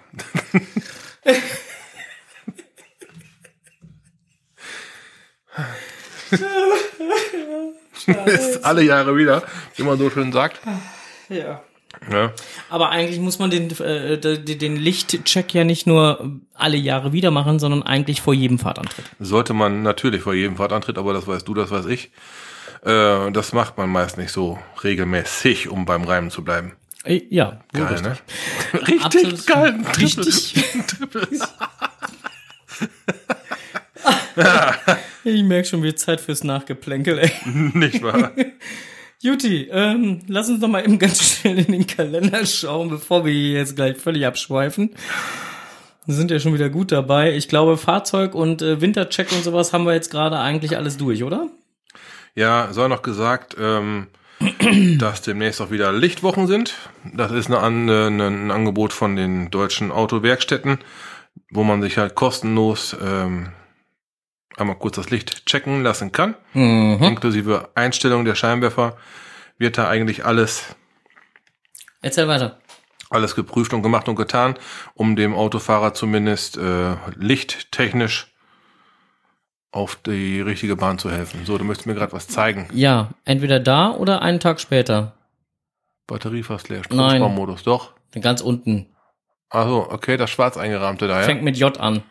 Ist alle Jahre wieder, wie man so schön sagt. Ja. Ja. Aber eigentlich muss man den, äh, den Lichtcheck ja nicht nur alle Jahre wieder machen, sondern eigentlich vor jedem Fahrtantritt. Sollte man natürlich vor jedem Fahrtantritt, aber das weißt du, das weiß ich. Äh, das macht man meist nicht so regelmäßig, um beim Reimen zu bleiben. Äh, ja, Geil, richtig. ne? Richtig Absolut. geil. Ein Triple. Richtig. Ein Triple. Ich merke schon, wird Zeit fürs Nachgeplänkel, ey. Nicht wahr? Juti, ähm, lass uns doch mal eben ganz schnell in den Kalender schauen, bevor wir hier jetzt gleich völlig abschweifen. Wir sind ja schon wieder gut dabei. Ich glaube, Fahrzeug und äh, Wintercheck und sowas haben wir jetzt gerade eigentlich alles durch, oder? Ja, soll noch gesagt, ähm, dass demnächst auch wieder Lichtwochen sind. Das ist eine, eine, ein Angebot von den deutschen Autowerkstätten, wo man sich halt kostenlos ähm, einmal kurz das Licht checken lassen kann. Mhm. Inklusive Einstellung der Scheinwerfer wird da eigentlich alles, Erzähl weiter. alles geprüft und gemacht und getan, um dem Autofahrer zumindest äh, lichttechnisch auf die richtige Bahn zu helfen. So, du möchtest mir gerade was zeigen. Ja, entweder da oder einen Tag später. Batterie fast leer, Nein. Stromsparmodus, doch. Ganz unten. Ach so, okay, das schwarz eingerahmte da, ja? Fängt mit J an.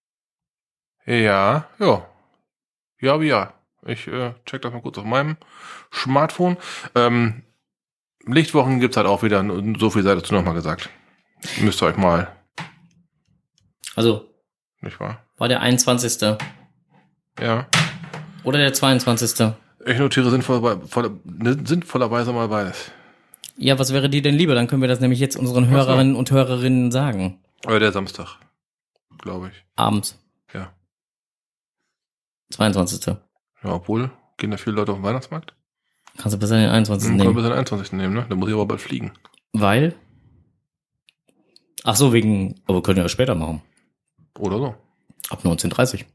Ja, ja. Ja, wie ja. Ich äh, check das mal kurz auf meinem Smartphone. Ähm, Lichtwochen gibt's halt auch wieder, so viel sei dazu nochmal gesagt. Müsst ihr euch mal, Also, nicht wahr? war der einundzwanzigste Ja. oder der zweiundzwanzigste Ich notiere sinnvoll, voll, sinnvollerweise mal beides. Ja, was wäre dir denn lieber? Dann können wir das nämlich jetzt unseren Hörerinnen und Hörerinnen sagen. Oder der Samstag, glaube ich. Abends. Ja. zweiundzwanzigste Ja, obwohl, gehen da viele Leute auf den Weihnachtsmarkt? Kannst du besser den einundzwanzigsten Dann können wir nehmen. den einundzwanzigsten nehmen, ne? Dann muss ich aber bald fliegen. Weil? Ach so, wegen, aber können wir ja später machen. Oder so. Ab neunzehn Uhr dreißig.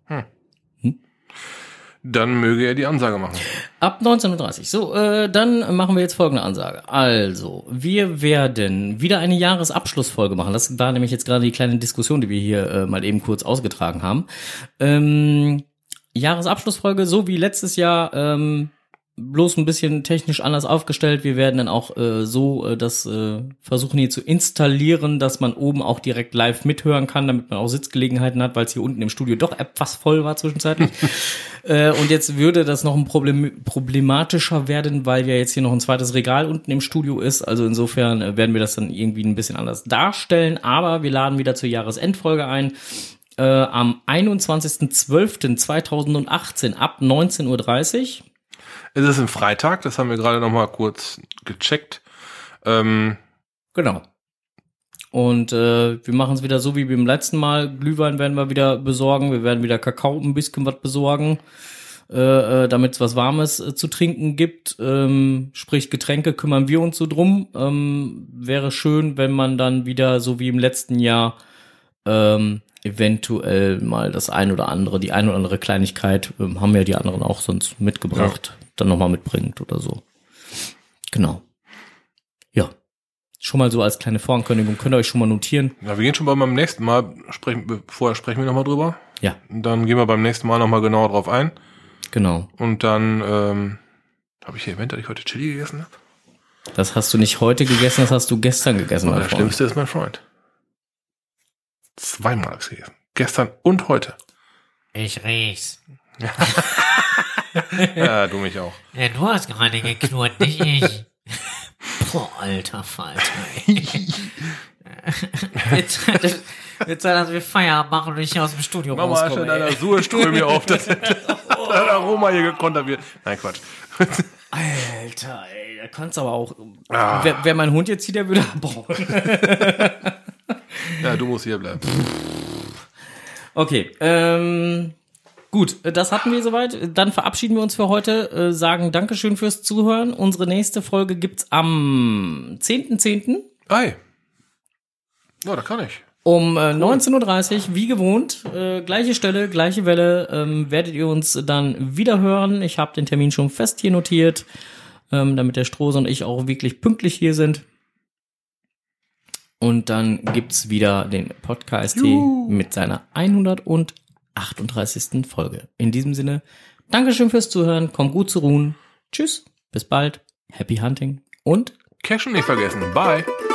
Dann möge er die Ansage machen. Ab neunzehn Uhr dreißig. So, äh, dann machen wir jetzt folgende Ansage. Also, wir werden wieder eine Jahresabschlussfolge machen. Das war nämlich jetzt gerade die kleine Diskussion, die wir hier äh, mal eben kurz ausgetragen haben. Ähm, Jahresabschlussfolge, so wie letztes Jahr, ähm, bloß ein bisschen technisch anders aufgestellt. Wir werden dann auch äh, so äh, das äh, versuchen hier zu installieren, dass man oben auch direkt live mithören kann, damit man auch Sitzgelegenheiten hat, weil es hier unten im Studio doch etwas voll war zwischenzeitlich. äh, und jetzt würde das noch ein Problem problematischer werden, weil ja jetzt hier noch ein zweites Regal unten im Studio ist. Also insofern äh, werden wir das dann irgendwie ein bisschen anders darstellen. Aber wir laden wieder zur Jahresendfolge ein. Äh, am einundzwanzigsten zwölften zweitausendachtzehn ab neunzehn Uhr dreißig. Es ist ein Freitag, das haben wir gerade noch mal kurz gecheckt. Ähm, Genau. Und äh, wir machen es wieder so wie beim letzten Mal. Glühwein werden wir wieder besorgen. Wir werden wieder Kakao ein bisschen was besorgen. äh, damit es was Warmes äh, zu trinken gibt. Ähm, sprich Getränke kümmern wir uns so drum. Ähm, wäre schön, wenn man dann wieder so wie im letzten Jahr ähm, eventuell mal das ein oder andere, die ein oder andere Kleinigkeit, ähm, haben ja die anderen auch sonst mitgebracht, ja. dann nochmal mitbringt oder so. Genau. Ja. Schon mal so als kleine Vorankündigung, könnt ihr euch schon mal notieren. Ja, wir gehen schon beim nächsten Mal, sprechen, vorher sprechen wir nochmal drüber. Ja. Und dann gehen wir beim nächsten Mal nochmal genauer drauf ein. Genau. Und dann, ähm, habe ich hier erwähnt, dass ich heute Chili gegessen habe? Das hast du nicht heute gegessen, das hast du gestern gegessen, Oh, mein der Freund. Schlimmste ist mein Freund. Zweimal habe ich gegessen. Gestern und heute. Ich riech's. Ja, du mich auch. Ja, du hast gerade geknurrt, nicht ich. Boah, alter Falter. Jetzt, jetzt soll das wir Feierabend machen und ich hier aus dem Studio Mama, hast rauskomme. du deiner Suheström hier auf, dass dein Aroma hier gekontert wird. Nein, Quatsch. Alter, ey, da kannst aber auch. Ah. Wer, wer mein Hund jetzt sieht, der würde abbrauchen. Ja, du musst hier bleiben. Okay, ähm, gut, das hatten wir soweit. Dann verabschieden wir uns für heute, äh, sagen Dankeschön fürs Zuhören. Unsere nächste Folge gibt's am zehnten zehnten Ei. Ja, da kann ich. um äh, neunzehn Uhr dreißig, wie gewohnt. Äh, gleiche Stelle, gleiche Welle. Ähm, werdet ihr uns dann wieder hören. Ich habe den Termin schon fest hier notiert, ähm, damit der Strohse und ich auch wirklich pünktlich hier sind. Und dann gibt's wieder den Podcast Juhu. mit seiner hundertachtunddreißigsten Folge. In diesem Sinne, Dankeschön fürs Zuhören, kommt gut zu ruhen. Tschüss, bis bald, Happy Hunting und Cashen nicht vergessen. Bye.